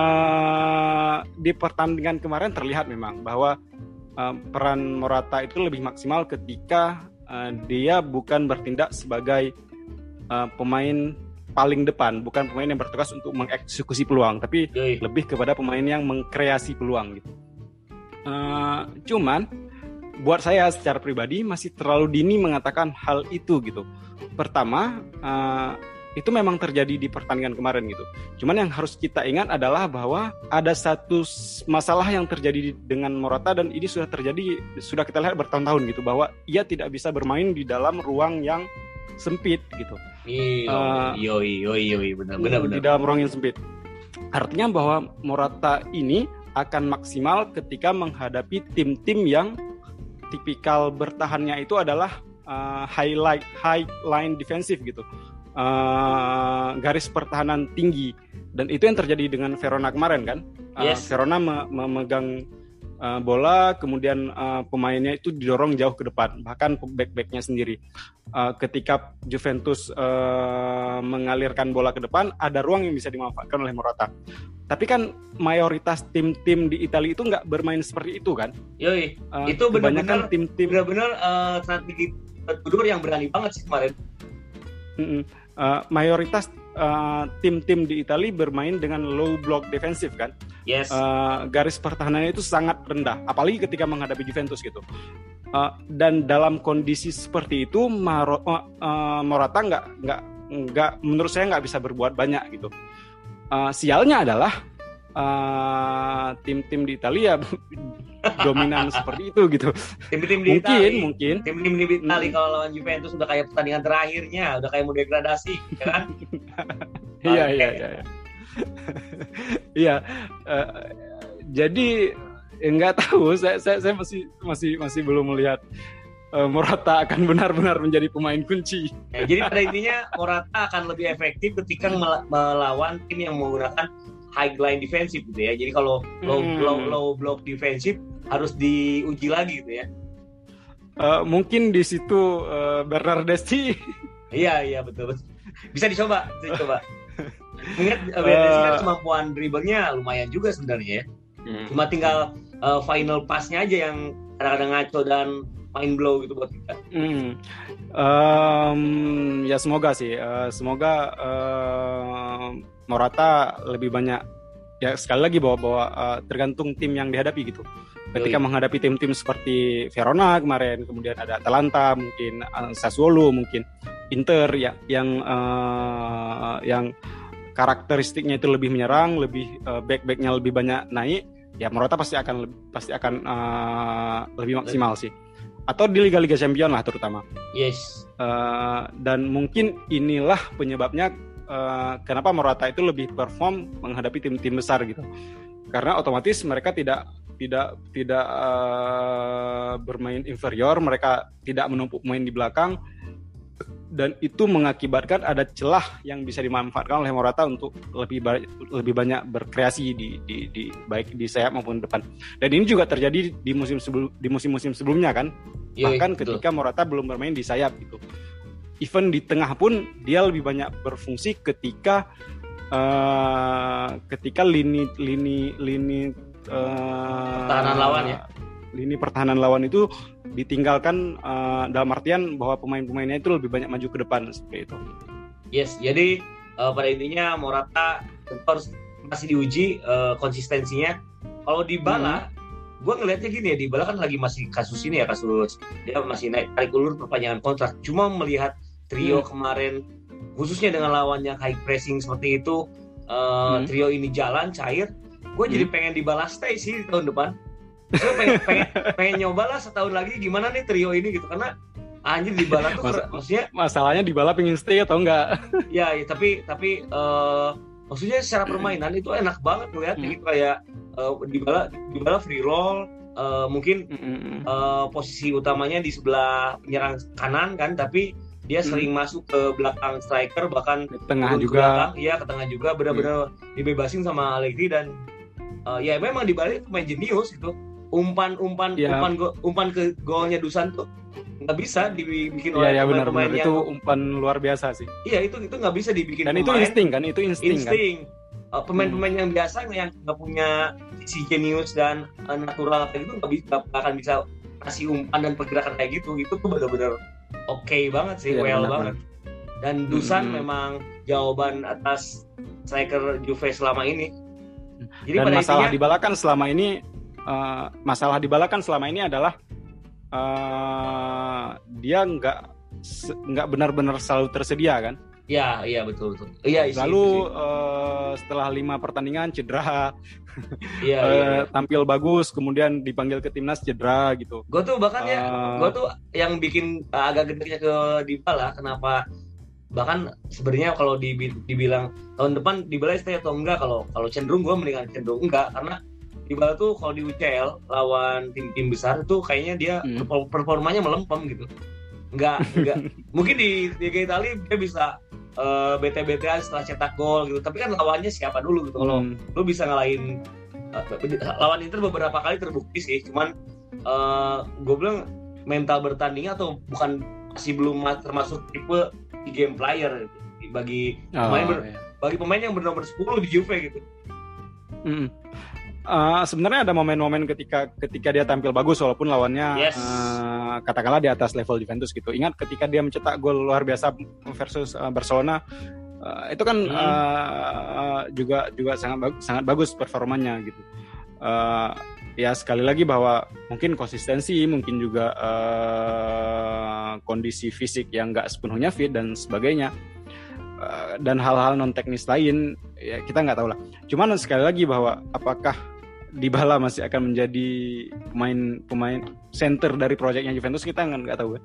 Uh, di pertandingan kemarin terlihat memang bahwa uh, peran Morata itu lebih maksimal ketika uh, dia bukan bertindak sebagai uh, pemain paling depan, bukan pemain yang bertugas untuk mengeksekusi peluang, tapi Yoi. lebih kepada pemain yang mengkreasi peluang gitu. Uh, cuman buat saya secara pribadi masih terlalu dini mengatakan hal itu gitu. Pertama, uh, itu memang terjadi di pertandingan kemarin gitu. Cuman yang harus kita ingat adalah bahwa ada satu masalah yang terjadi dengan Morata, dan ini sudah terjadi, sudah kita lihat bertahun-tahun gitu, bahwa ia tidak bisa bermain di dalam ruang yang sempit gitu. Iya, iya, iya, iya, benar-benar. Di dalam ruang yang sempit. Artinya bahwa Morata ini akan maksimal ketika menghadapi tim-tim yang tipikal bertahannya itu adalah uh, high line, high line defensive gitu. Uh, garis pertahanan tinggi, dan itu yang terjadi dengan Verona kemarin kan. uh, yes. Verona me- memegang uh, bola, kemudian uh, pemainnya itu didorong jauh ke depan, bahkan back-backnya sendiri. Uh, ketika Juventus uh, mengalirkan bola ke depan, ada ruang yang bisa dimanfaatkan oleh Morata. Tapi kan mayoritas tim-tim di Italia itu nggak bermain seperti itu kan. Yoi, uh, itu benar-benar tim-tim benar-benar uh, strategi Tudor yang berani banget sih kemarin. Uh, mayoritas uh, tim-tim di Italia bermain dengan low block defensif kan. Yes. Uh, garis pertahanannya itu sangat rendah, apalagi ketika menghadapi Juventus gitu. Uh, dan dalam kondisi seperti itu, Maro, uh, uh, Morata nggak nggak nggak menurut saya nggak bisa berbuat banyak gitu. Uh, sialnya adalah uh, tim-tim di Italia dominan seperti itu gitu. Tim-tim di mungkin Itali, mungkin tim-tim di Italia hmm. kalau lawan Juventus udah kayak pertandingan terakhirnya, udah kayak mau degradasi, ya kan? Iya iya iya. Iya. Jadi nggak tahu, saya, saya saya masih masih masih belum melihat uh, Morata akan benar-benar menjadi pemain kunci. Ya, jadi pada intinya Morata akan lebih efektif ketika mel- melawan tim yang menggunakan high line defensif gitu ya. Jadi kalau low hmm. low, low block defensif harus diuji lagi gitu ya. Uh, mungkin di situ uh, Bernardeschi. Iya iya betul betul. Bisa dicoba, bisa dicoba. Ingat Bernardeschi kan kemampuan dribblenya lumayan juga sebenarnya ya. Hmm. Cuma tinggal uh, final pass-nya aja yang kadang-kadang ngaco dan mind blow gitu buat kita. Hmm. Um, ya semoga sih, uh, semoga uh, Morata lebih banyak, ya sekali lagi bahwa, bahwa uh, tergantung tim yang dihadapi gitu. Ketika Yui. menghadapi tim-tim seperti Verona kemarin, kemudian ada Atalanta, mungkin uh, Sassuolo, mungkin Inter ya, yang uh, yang karakteristiknya itu lebih menyerang, lebih uh, back-backnya lebih banyak naik, ya Morata pasti akan pasti akan uh, lebih maksimal sih. Atau di Liga-Liga Champion lah terutama. Yes. Uh, dan mungkin inilah penyebabnya Uh, kenapa Morata itu lebih perform menghadapi tim-tim besar gitu, karena otomatis mereka tidak tidak tidak uh, bermain inferior, mereka tidak menumpuk main di belakang, dan itu mengakibatkan ada celah yang bisa dimanfaatkan oleh Morata untuk lebih ba- lebih banyak berkreasi di, di, di baik di sayap maupun depan. Dan ini juga terjadi di musim sebelum di musim-musim sebelumnya kan, Yoi, bahkan betul. Ketika Morata belum bermain di sayap gitu. Even di tengah pun dia lebih banyak berfungsi ketika uh, ketika lini lini lini uh, pertahanan lawan ya. Lini pertahanan lawan itu ditinggalkan uh, dalam artian bahwa pemain-pemainnya itu lebih banyak maju ke depan seperti itu. Yes, jadi uh, pada intinya Morata harus masih diuji uh, konsistensinya. Kalau Dybala, hmm. gue ngelihatnya gini ya, Dybala kan lagi masih kasus ini ya, kasus dia masih naik tarik ulur perpanjangan kontrak. Cuma melihat trio hmm. kemarin, khususnya dengan lawannya high pressing seperti itu, uh, hmm. trio ini jalan cair, gue hmm. jadi pengen Dybala stay sih tahun depan. Gue pengen, pengen, pengen nyoba lah setahun lagi gimana nih trio ini gitu, karena anjir Dybala tuh Mas, maksudnya masalahnya Dybala pengen stay atau enggak? Ya, ya tapi tapi uh, maksudnya secara permainan itu enak banget ngeliat hmm. gitu, kayak uh, Dybala Dybala free roll, uh, mungkin hmm. uh, posisi utamanya di sebelah penyerang kanan kan, tapi dia sering hmm. masuk ke belakang striker, bahkan ke tengah juga. Iya, ke tengah juga, benar-benar hmm. dibebasin sama Allegri. Dan uh, ya memang Dybala itu pemain jenius gitu. Umpan-umpan ya. umpan go, umpan ke golnya Dusan tuh nggak bisa dibikin oleh ya, ya, pemain-pemain yang itu umpan luar biasa sih. Iya, itu itu nggak bisa dibikin. Dan pemain. itu insting kan, itu insting, insting. Kan. Uh, pemain-pemain hmm. yang biasa yang nggak punya sisi jenius dan uh, natural kayak gitu nggak bisa, nggak akan bisa kasih umpan dan pergerakan kayak gitu. Itu tuh benar-benar oke okay banget sih, ya, well benar, banget. Benar. Dan Dusan hmm. memang jawaban atas striker Juve selama ini. Jadi dan masalah intinya, Dybala kan selama ini uh, masalah Dybala kan selama ini adalah uh, dia nggak nggak benar-benar selalu tersedia kan. Iya, iya betul betul. Iya, isi, Lalu isi. Uh, setelah lima pertandingan cedera, iya, uh, iya, iya. tampil bagus, kemudian dipanggil ke timnas cedera gitu. Gue tuh bahkan uh, ya, gue tuh yang bikin uh, agak gedeknya ke Dybala, kenapa? Bahkan sebenarnya kalau dibilang tahun depan Dybala stay atau enggak, kalau kalau cenderung gue mendingan cenderung enggak, karena Dybala tuh kalau di U C L lawan tim-tim besar tuh kayaknya dia hmm. performanya melempem gitu. Enggak, enggak. Mungkin di Liga Italia dia bisa uh, B T B T setelah cetak gol gitu. Tapi kan lawannya siapa dulu gitu. Kalau hmm. lu bisa ngalahin uh, lawan Inter beberapa kali terbukti sih. Cuman uh, gue bilang mental bertandingnya atau bukan masih belum termasuk tipe di game player gitu. Bagi oh, pemain ber, iya. bagi pemain yang bernomor sepuluh di Juve gitu. Hmm. Uh, sebenarnya ada momen-momen ketika ketika dia tampil bagus walaupun lawannya yes. uh, katakanlah di atas level Juventus gitu. Ingat ketika dia mencetak gol luar biasa versus uh, Barcelona, uh, itu kan hmm. uh, juga juga sangat bagus, sangat bagus performanya gitu. Uh, ya sekali lagi bahwa mungkin konsistensi, mungkin juga uh, kondisi fisik yang nggak sepenuhnya fit dan sebagainya. Uh, dan hal-hal non teknis lain ya kita nggak tahu lah. Cuman sekali lagi bahwa apakah Dybala masih akan menjadi pemain pemain center dari proyeknya Juventus, kita nggak tahu.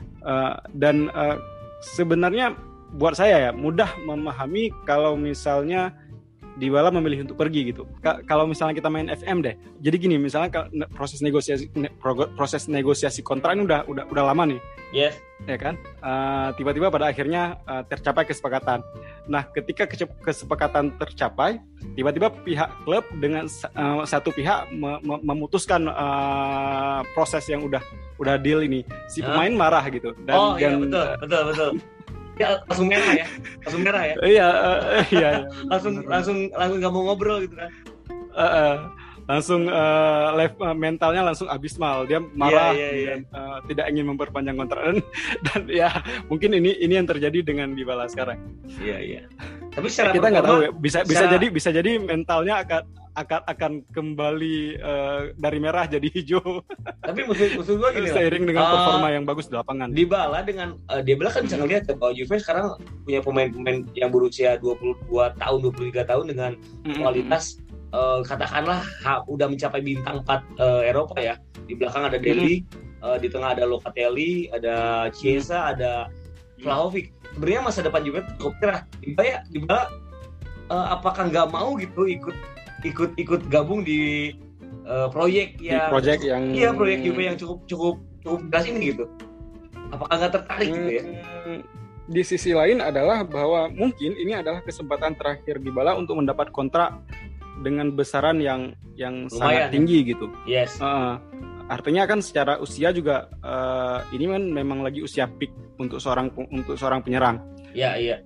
Uh, dan uh, sebenarnya buat saya ya mudah memahami kalau misalnya Dybala memilih untuk pergi gitu. Ka- kalau misalnya kita main F M deh. Jadi gini, misalnya proses negosiasi ne- proses negosiasi kontrak ini udah udah udah lama nih. Yes. Ya kan? Uh, tiba-tiba pada akhirnya uh, tercapai kesepakatan. Nah, ketika kece- kesepakatan tercapai, tiba-tiba pihak klub dengan uh, satu pihak me- me- memutuskan uh, proses yang udah udah deal ini. Si pemain huh? marah gitu. Dan, oh dan, iya betul, betul, betul. Ya, langsung merah ya, langsung merah ya. Iya, uh, iya. langsung langsung langsung nggak mau ngobrol gitu kan. Uh, uh, langsung uh, live, uh, mentalnya langsung abismal. Dia marah yeah, yeah, yeah. dan uh, tidak ingin memperpanjang kontrak dan, dan ya mungkin ini ini yang terjadi dengan Dybala sekarang. Iya yeah, iya. Yeah. Tapi secara kita nggak tahu ya. Bisa secara... bisa jadi bisa jadi mentalnya akan akan akan kembali uh, dari merah jadi hijau. Tapi maksud maksud gue gini seiring lah. dengan uh, performa yang bagus di lapangan. Dybala dengan uh, Dybala kan bisa ngelihat bahwa Juve sekarang punya pemain-pemain yang berusia dua puluh dua tahun, dua puluh tiga tahun dengan mm-hmm. kualitas uh, katakanlah ha, udah mencapai bintang empat uh, Eropa ya. Di belakang ada Deli, mm-hmm. uh, di tengah ada Locatelli, ada Chiesa, ada Vlahovic. Sebenarnya masa depan Juve cukup cerah. Dybala Dybala uh, apakah nggak mau gitu ikut ikut-ikut gabung di uh, proyek yang di proyek yang iya proyek Juve yang cukup cukup cukup keras ini gitu. Apakah nggak tertarik hmm, gitu ya? Di sisi lain adalah bahwa mungkin ini adalah kesempatan terakhir Dybala untuk mendapat kontrak dengan besaran yang yang lumayan, sangat tinggi gitu. Yes. Uh, artinya kan secara usia juga uh, ini kan memang lagi usia peak untuk seorang untuk seorang penyerang. Ya, iya.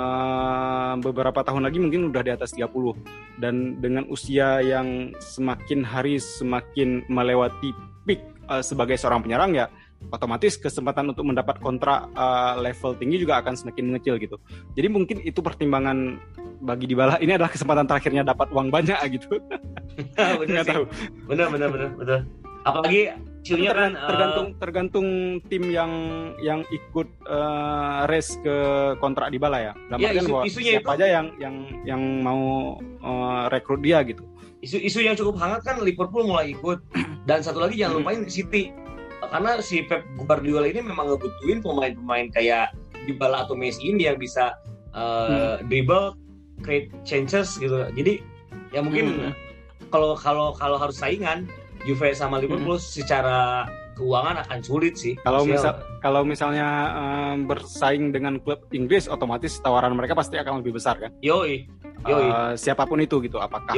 Uh, beberapa tahun lagi mungkin udah di atas tiga puluh dan dengan usia yang semakin hari semakin melewati peak uh, sebagai seorang penyerang ya otomatis kesempatan untuk mendapat kontrak uh, level tinggi juga akan semakin mengecil gitu. Jadi mungkin itu pertimbangan bagi Dybala, ini adalah kesempatan terakhirnya dapat uang banyak gitu. Benar tahu. Benar benar benar betul. Apalagi Ter- kan, tergantung uh... tergantung tim yang yang ikut uh, race ke kontrak Dybala ya. Dalam ya, artian isu, bahwa siapa itu, aja yang yang yang mau uh, rekrut dia gitu. Isu-isu yang cukup hangat kan Liverpool mulai ikut dan satu lagi jangan lupain City. Karena si Pep Guardiola ini memang ngebutuhin pemain-pemain kayak Dybala atau Messi ini yang bisa uh, hmm. dribble, create chances gitu. Jadi ya mungkin kalau kalau hmm. kalau harus saingan Juve sama Liverpool hmm. secara keuangan akan sulit sih. Kalau misal kalau misalnya um, bersaing dengan klub Inggris, otomatis tawaran mereka pasti akan lebih besar kan. Yoi. Yoi. Uh, siapapun itu gitu, apakah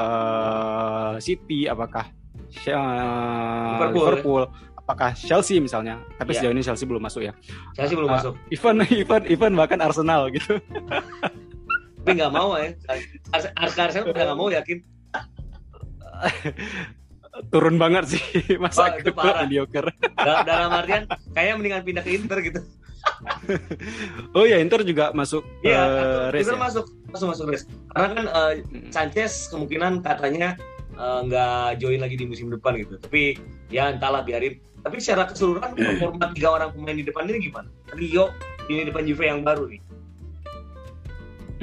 uh, City, apakah uh, Liverpool, Liverpool apakah Chelsea misalnya. Tapi yeah. sejauh ini Chelsea belum masuk ya. Chelsea belum uh, masuk. Even even even bahkan Arsenal gitu. Tapi nggak mau ya. Arsenal udah nggak mau yakin. Turun banget sih masa oh, itu parah. Mediocre. Dalam artian kayaknya mendingan pindah ke Inter gitu. Oh ya Inter juga masuk Iya, uh, race Inter ya? masuk masuk masuk race. Karena kan uh, Sanchez kemungkinan katanya nggak uh, join lagi di musim depan gitu. Tapi ya entahlah biarin. Tapi secara keseluruhan performa tiga orang pemain di depan ini gimana? Rio ini depan Juve yang baru nih.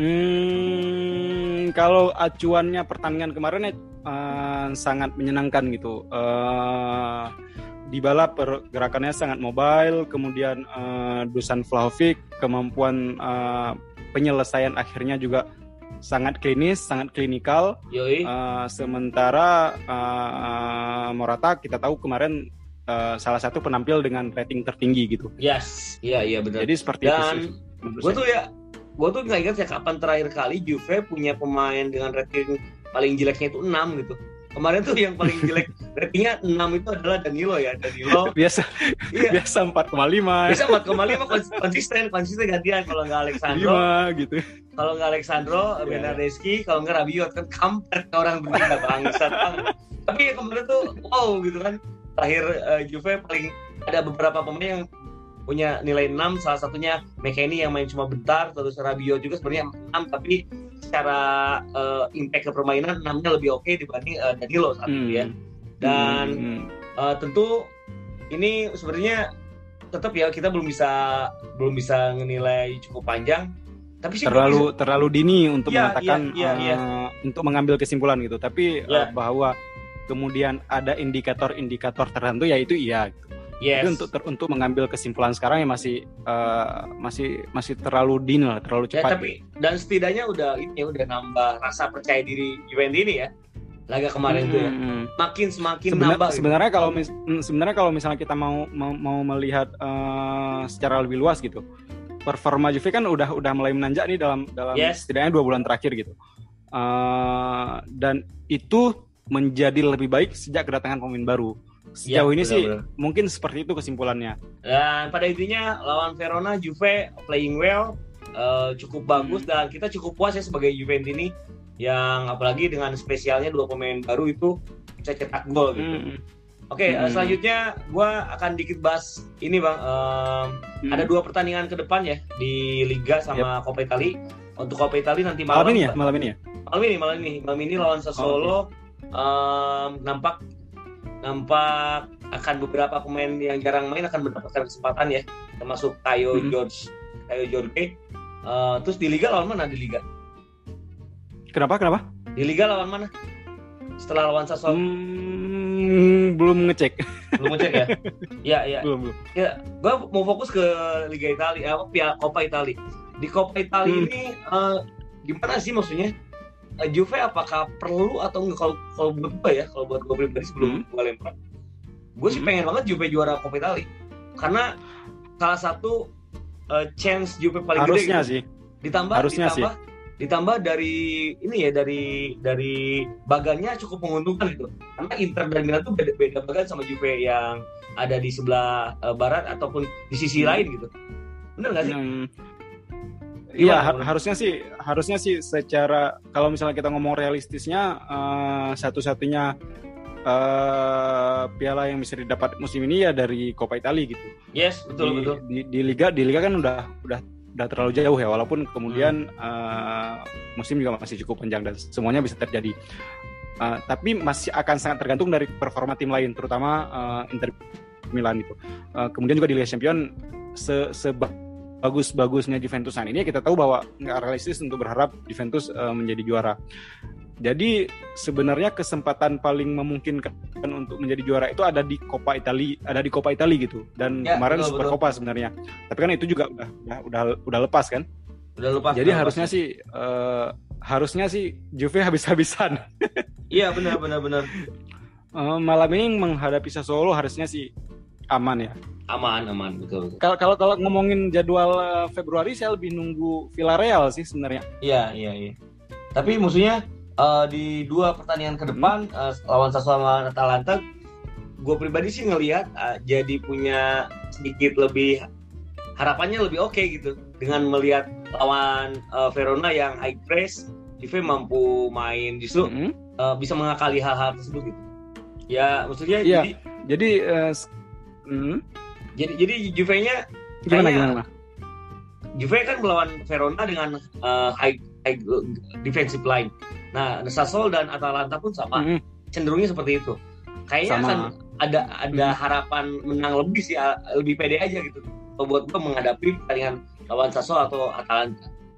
Hmm, kalau acuannya pertandingan kemarin uh, sangat menyenangkan gitu. Uh, Dybala pergerakannya sangat mobile, kemudian uh, Dusan Vlahovic kemampuan uh, penyelesaian akhirnya juga sangat klinis, sangat klinikal. Uh, sementara uh, Morata kita tahu kemarin uh, salah satu penampil dengan rating tertinggi gitu. Yes, iya iya benar. Jadi seperti Dan itu sih. Gue tuh ya, gue tuh nggak ingat ya kapan terakhir kali Juve punya pemain dengan rating paling jeleknya itu enam gitu. Kemarin tuh yang paling jelek ratingnya enam itu adalah Danilo ya. Danilo biasa iya. biasa empat koma lima. Biasa empat koma lima konsisten, konsisten gantian kalau nggak Alexandro. lima gitu. Kalau nggak Alexandro, yeah. Bernardeschi, kalau nggak Rabiot kan kampret orang bertiga bangsat banget. Tapi ya kemarin tuh wow gitu kan. Terakhir uh, Juve paling ada beberapa pemain yang punya nilai enam, salah satunya McKennie yang main cuma bentar, terus Rabiot juga sebenarnya enam, tapi secara uh, impact ke permainan enamnya lebih oke okay dibanding uh, Danilo saat itu hmm. ya. Dan hmm. uh, tentu ini sebenarnya tetap ya kita belum bisa belum bisa menilai cukup panjang. Tapi sih terlalu bisa, terlalu dini untuk ya, mengatakan ya, ya, uh, ya. untuk mengambil kesimpulan gitu. Tapi ya. uh, bahwa kemudian ada indikator-indikator tertentu yaitu iya. Gitu. Yes. Tapi untuk ter, untuk mengambil kesimpulan sekarang ya masih uh, masih masih terlalu dini lah, terlalu cepat. Ya, tapi dan setidaknya udah ini udah nambah rasa percaya diri Juventus ini ya. Laga kemarin hmm. tuh ya. Makin semakin Sebenar, nambah. Sebenarnya gitu. kalau mis, sebenarnya kalau misalnya kita mau mau, mau melihat uh, secara lebih luas gitu. Performa Juve kan udah udah mulai menanjak nih dalam dalam yes. setidaknya dua bulan terakhir gitu. Uh, dan itu menjadi lebih baik sejak kedatangan pemain baru. Sejauh ya, ini benar, sih benar. Mungkin seperti itu kesimpulannya. Dan pada intinya lawan Verona Juve playing well, uh, cukup bagus hmm. dan kita cukup puas ya sebagai Juventus ini yang apalagi dengan spesialnya dua pemain baru itu bisa cetak gol gitu. Hmm. Oke, okay, hmm. uh, selanjutnya gue akan dikit bahas ini bang. Uh, hmm. Ada dua pertandingan ke depan ya di Liga sama yep. Coppa Italia. Untuk Coppa Italia nanti malam. Malam ini ya, malam ini ya. Malam ini, malam ini, malam ini lawan Sassuolo. Oh, okay. um, nampak nampak akan beberapa pemain yang jarang main akan mendapatkan kesempatan ya, termasuk Kayo hmm. George, Kayo Jorge. Uh, terus di Liga lawan mana di Liga? Kenapa? Kenapa? Di Liga lawan mana? Setelah lawan Sassuolo? Hmm, belum ngecek. Belum ngecek ya? Ya, ya. Belum, belum. Ya, gue mau fokus ke Liga Italia, apa Piala Coppa Italia. Di Coppa Italia hmm. ini uh, gimana sih maksudnya? Uh, Juve apakah perlu atau enggak kalau kalau buat gue ya, kalau buat gue pribadi sebelum hmm. gue lempar. Gue sih hmm. pengen banget Juve juara Coppa Italia. Karena salah satu uh, chance Juve paling harusnya gede gitu. Sih. Ditambah harusnya ditambah sih. ditambah dari ini ya dari dari bagannya cukup menguntungkan gitu. Karena Inter dan Milan tuh beda, beda bagan sama Juve yang ada di sebelah uh, barat ataupun di sisi hmm. lain gitu. Bener nggak sih? Hmm. Iya, har- harusnya sih, harusnya sih secara kalau misalnya kita ngomong realistisnya uh, satu-satunya uh, piala yang bisa didapat musim ini ya dari Coppa Italia gitu. Yes, betul di, betul. Di, di liga, di liga kan udah udah udah terlalu jauh ya, walaupun kemudian hmm. uh, musim juga masih cukup panjang dan semuanya bisa terjadi. Uh, tapi masih akan sangat tergantung dari performa tim lain, terutama uh, Inter Milan itu. Uh, kemudian juga di Liga Champions se seba bagus-bagusnya Juventus ini kita tahu bahwa nggak realistis untuk berharap Juventus uh, menjadi juara. Jadi sebenarnya kesempatan paling memungkinkan untuk menjadi juara itu ada di Coppa Italia, ada di Coppa Italia gitu. Dan ya, kemarin betul, Super Coppa sebenarnya. Tapi kan itu juga udah udah udah, udah lepas kan? Udah lepas. Jadi udah harusnya lepas. sih uh, harusnya sih Juve habis-habisan. Iya benar benar benar. Uh, malam ini menghadapi Sassuolo harusnya sih aman ya. Aman, aman, betul. Kalau kalau kalau ngomongin jadwal uh, Februari, saya lebih nunggu Villarreal sih sebenarnya. Iya, iya, iya. Tapi musuhnya uh, di dua pertandingan ke depan hmm. uh, lawan Sassuolo sama Atalanta, gue pribadi sih ngelihat uh, jadi punya sedikit lebih harapannya lebih oke okay, gitu dengan melihat lawan uh, Verona yang high press, Juve mampu main justru hmm. uh, bisa mengakali hal-hal tersebut gitu. Ya, maksudnya ya, jadi jadi uh, hmm. Jadi jadi Juve-nya gimana gimana? Juve kan melawan Verona dengan uh, high, high defensive line. Nah, Sassuolo dan Atalanta pun sama. Mm-hmm. Cenderungnya seperti itu. Kayaknya sama. Akan ada ada mm-hmm. harapan menang lebih sih, lebih pede aja gitu. Kalau buat gue menghadapi pertandingan lawan Sassuolo atau Atalanta.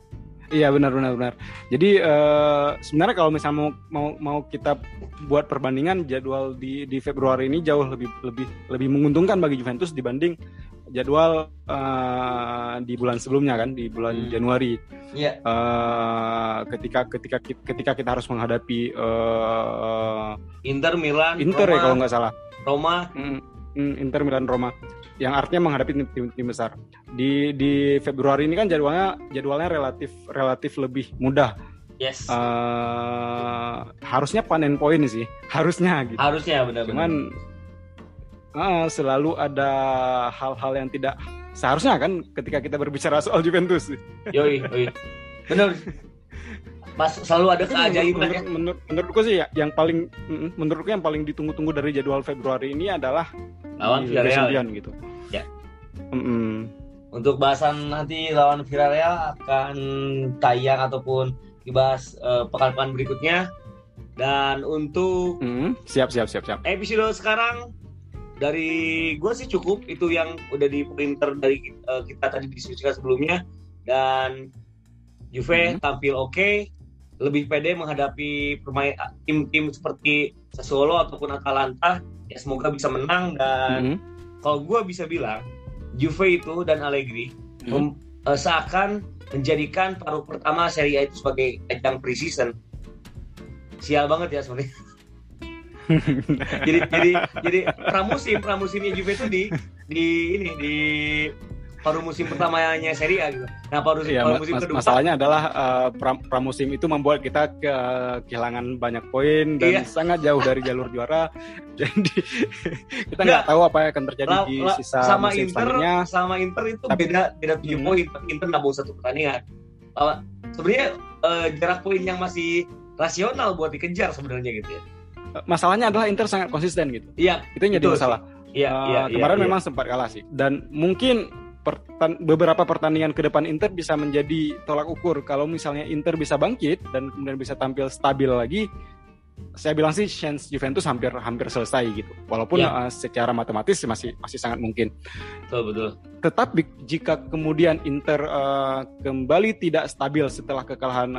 Iya benar benar benar. Jadi uh, sebenarnya kalau misalnya mau mau mau kita buat perbandingan jadwal di di Februari ini jauh lebih lebih lebih menguntungkan bagi Juventus dibanding jadwal uh, di bulan sebelumnya kan, di bulan hmm. Januari. Yeah. Uh, ketika ketika ketika kita harus menghadapi uh, Inter, Milan, Inter Roma, ya kalau nggak salah. Roma. Mm, mm, Inter, Milan, Roma. Yang artinya menghadapi tim-tim besar. Di di Februari ini kan jadwalnya jadwalnya relatif relatif lebih mudah. Yes. Uh, harusnya panen poin sih, harusnya gitu. Harusnya benar-benar. Cuman uh, selalu ada hal-hal yang tidak seharusnya kan ketika kita berbicara soal Juventus. Yoi, yoi. Benar. Pas selalu ada keajaiban menurut, ya. Menurut, menurutku sih ya, yang paling menurutku yang paling ditunggu-tunggu dari jadwal Februari ini adalah lawan Villarreal gitu. Ya. Mm-mm. Untuk bahasan nanti lawan Villarreal akan tayang ataupun dibahas uh, pekan-pekan berikutnya. Dan untuk mm, siap siap siap siap. Episode sekarang dari gue sih cukup itu yang udah di printer dari uh, kita tadi diskusikan sebelumnya, dan Juve mm. tampil oke, okay, lebih pede menghadapi permain tim-tim seperti Sassuolo ataupun Atalanta. Ya semoga bisa menang, dan mm. kalau gue bisa bilang Juve itu dan Allegri mm. mem, uh, seakan menjadikan paruh pertama Serie A itu sebagai ajang pre-season. Sial banget ya sebenarnya. jadi jadi jadi pramusim pramusimnya Juve itu di di ini di paruh musim pertamanya Serie A gitu. Nah, paruh ya, paruh musim mas- kedua. Masalahnya adalah uh, pra- pramusim itu membuat kita ke- kehilangan banyak poin dan iya. sangat jauh dari jalur juara. Jadi kita nggak tahu apa yang akan terjadi la, di sisa sama musim Inter, selanjutnya. Sama Inter itu tapi, beda beda tujuh hmm. poin, tapi Inter nabung satu pertandingan. Uh, sebenarnya uh, jarak poin yang masih rasional buat dikejar sebenarnya gitu ya. Masalahnya adalah Inter sangat konsisten gitu. Iya. Itu yang jadi masalah. Iya, uh, iya, kemarin iya, memang iya. sempat kalah sih. Dan mungkin Pertan- beberapa pertandingan ke depan Inter bisa menjadi tolak ukur. Kalau misalnya Inter bisa bangkit dan kemudian bisa tampil stabil lagi, saya bilang sih chance Juventus hampir hampir selesai gitu. Walaupun ya. uh, secara matematis masih masih sangat mungkin. Betul betul. Tetapi jika kemudian Inter uh, kembali tidak stabil setelah kekalahan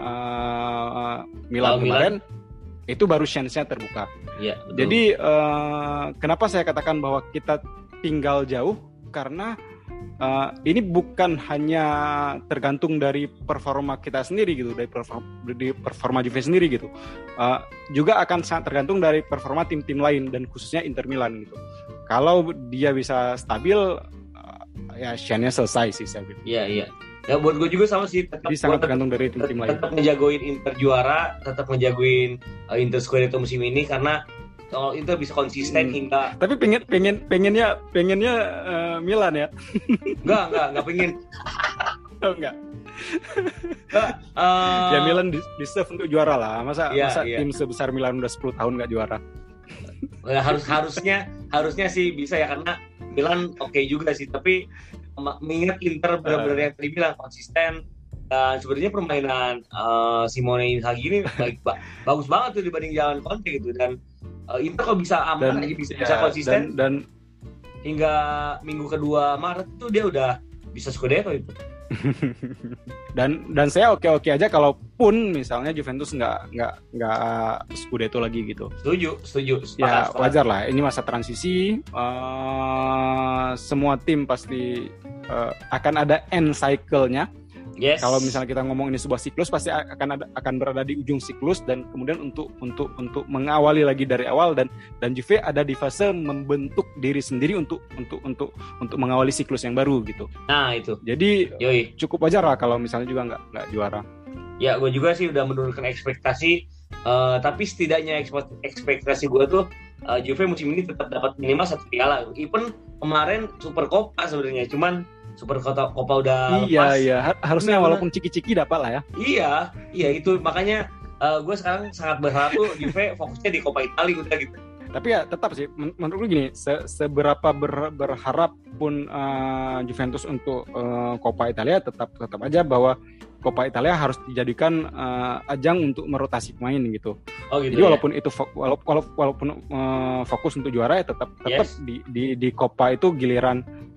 uh, Milan Milan kemarin, itu baru chance-nya terbuka. Ya, jadi uh, kenapa saya katakan bahwa kita tinggal jauh, karena Uh, ini bukan hanya tergantung dari performa kita sendiri gitu, dari performa, dari performa Juve sendiri gitu, uh, juga akan sangat tergantung dari performa tim-tim lain dan khususnya Inter Milan gitu. Kalau dia bisa stabil, uh, ya chance-nya selesai sih saya bilang. Iya iya. Ya buat gue juga sama sih. Tetap, Jadi sangat tergantung dari tim-tim lain. Tetap ngejagoin Inter juara, tetap ngejagoin uh, Inter Scudetto musim ini, karena kalau Inter bisa konsisten hmm. hingga. Tapi pengen pengen pengennya pengennya uh, Milan ya. Enggak enggak enggak pengen. Oh, enggak. Enggak. Uh... Ya Milan deserve untuk juara lah. Masa yeah, masa yeah. tim sebesar Milan udah sepuluh tahun enggak juara. Ya, harus harusnya harusnya sih bisa ya, karena Milan oke okay juga sih, tapi mengingat Inter benar-benar uh. yang tadi bilang konsisten. Dan sebenarnya permainan uh, Simone Inzaghi ini baik, bagus banget tuh dibanding jalan Conte gitu, dan uh, Inter kalau bisa aman dan, aja bisa, ya, bisa konsisten dan, dan hingga minggu kedua Maret itu dia udah bisa Scudetto itu. dan dan saya oke-oke aja kalaupun misalnya Juventus nggak nggak nggak Scudetto lagi gitu. Setuju, setuju. Sepakat, ya sepakat. Wajar lah, ini masa transisi, uh, semua tim pasti uh, akan ada end cycle-nya. Yes. Kalau misalnya kita ngomong ini sebuah siklus, pasti akan ada, akan berada di ujung siklus, dan kemudian untuk untuk untuk mengawali lagi dari awal, dan dan Juve ada di fase membentuk diri sendiri untuk untuk untuk untuk mengawali siklus yang baru gitu. Nah itu. Jadi Yoi. cukup wajar lah kalau misalnya juga nggak nggak juara. Ya gue juga sih udah menurunkan ekspektasi, uh, tapi setidaknya ekspektasi gue tuh uh, Juve musim ini tetap dapat minimal satu piala. Even kemarin Super Copa sebenarnya, cuman Super Copa, Copa udah iya, lepas. Iya, harusnya Benar, walaupun ciki-ciki dapat lah ya. Iya, iya itu makanya uh, gue sekarang sangat berharap tuh Juve fokusnya di Coppa Italia udah gitu. Tapi ya tetap sih, men- menurut gue gini, se- seberapa ber- berharap pun uh, Juventus untuk uh, Coppa Italia, tetap tetap aja bahwa Coppa Italia harus dijadikan uh, ajang untuk merotasi pemain gitu. Oh gitu. Jadi ya? walaupun itu fo- walaupun walaupun uh, fokus untuk juara, ya tetap tetap yes. di di di Coppa itu giliran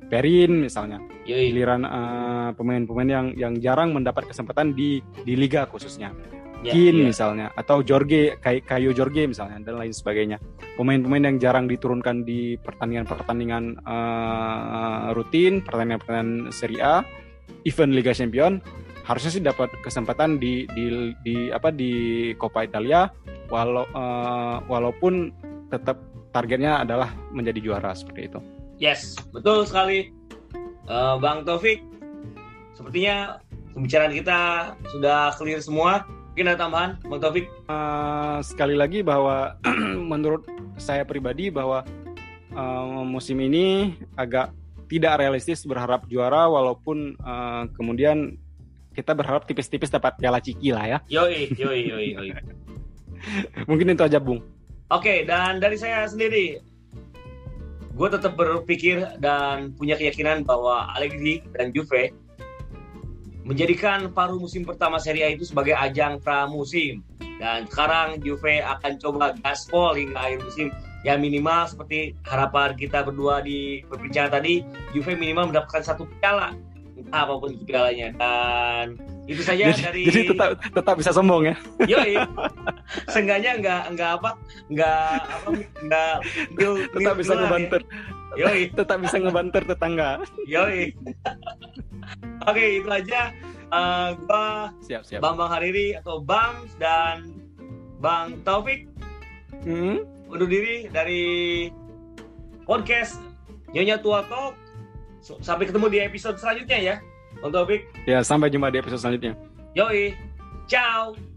Perin misalnya. Yoi. Giliran uh, pemain-pemain yang yang jarang mendapat kesempatan di di liga khususnya. Ya, Kin ya. misalnya, atau Jorge, kayak Kayo Jorge misalnya, dan lain sebagainya. Pemain-pemain yang jarang diturunkan di pertandingan-pertandingan uh, rutin, pertandingan-pertandingan Serie A, event Liga Champions, harusnya sih dapat kesempatan di di di apa di Coppa Italia, walau uh, walaupun tetap targetnya adalah menjadi juara seperti itu. Yes, betul sekali, uh, Bang Taufik. Sepertinya pembicaraan kita sudah clear semua. Mungkin ada tambahan, Bang Taufik? Uh, sekali lagi bahwa menurut saya pribadi bahwa uh, musim ini agak tidak realistis berharap juara, walaupun uh, kemudian kita berharap tipis-tipis dapat piala Ciki lah ya. Yoi, yoi, yoi, yoi. Mungkin itu aja, Bung. Oke, dan dari saya sendiri, gue tetap berpikir dan punya keyakinan bahwa Allegri dan Juve menjadikan paruh musim pertama Serie A itu sebagai ajang pramusim. Dan sekarang Juve akan coba gaspol hingga akhir musim. Ya minimal seperti harapan kita berdua di perbincangan tadi, Juve minimal mendapatkan satu piala. Entah apapun itu pialanya. Dan itu saja jadi, dari... Jadi tetap, tetap bisa sombong ya? Yoi. Seenggaknya nggak, nggak apa, nggak apa, nggak... Ngil, tetap bisa ngebanter. Ya. Yoi. Tetap bisa ngebanter tetangga. Yoi. Oke, itu aja. Uh, gua siap, siap. Bambang Hariri atau Bang dan Bang Taufik hmm? undur diri dari podcast Nyonya Tua Talk. Sampai ketemu di episode selanjutnya ya, Bang Taufik. Ya, sampai jumpa di episode selanjutnya. Yoi. Ciao.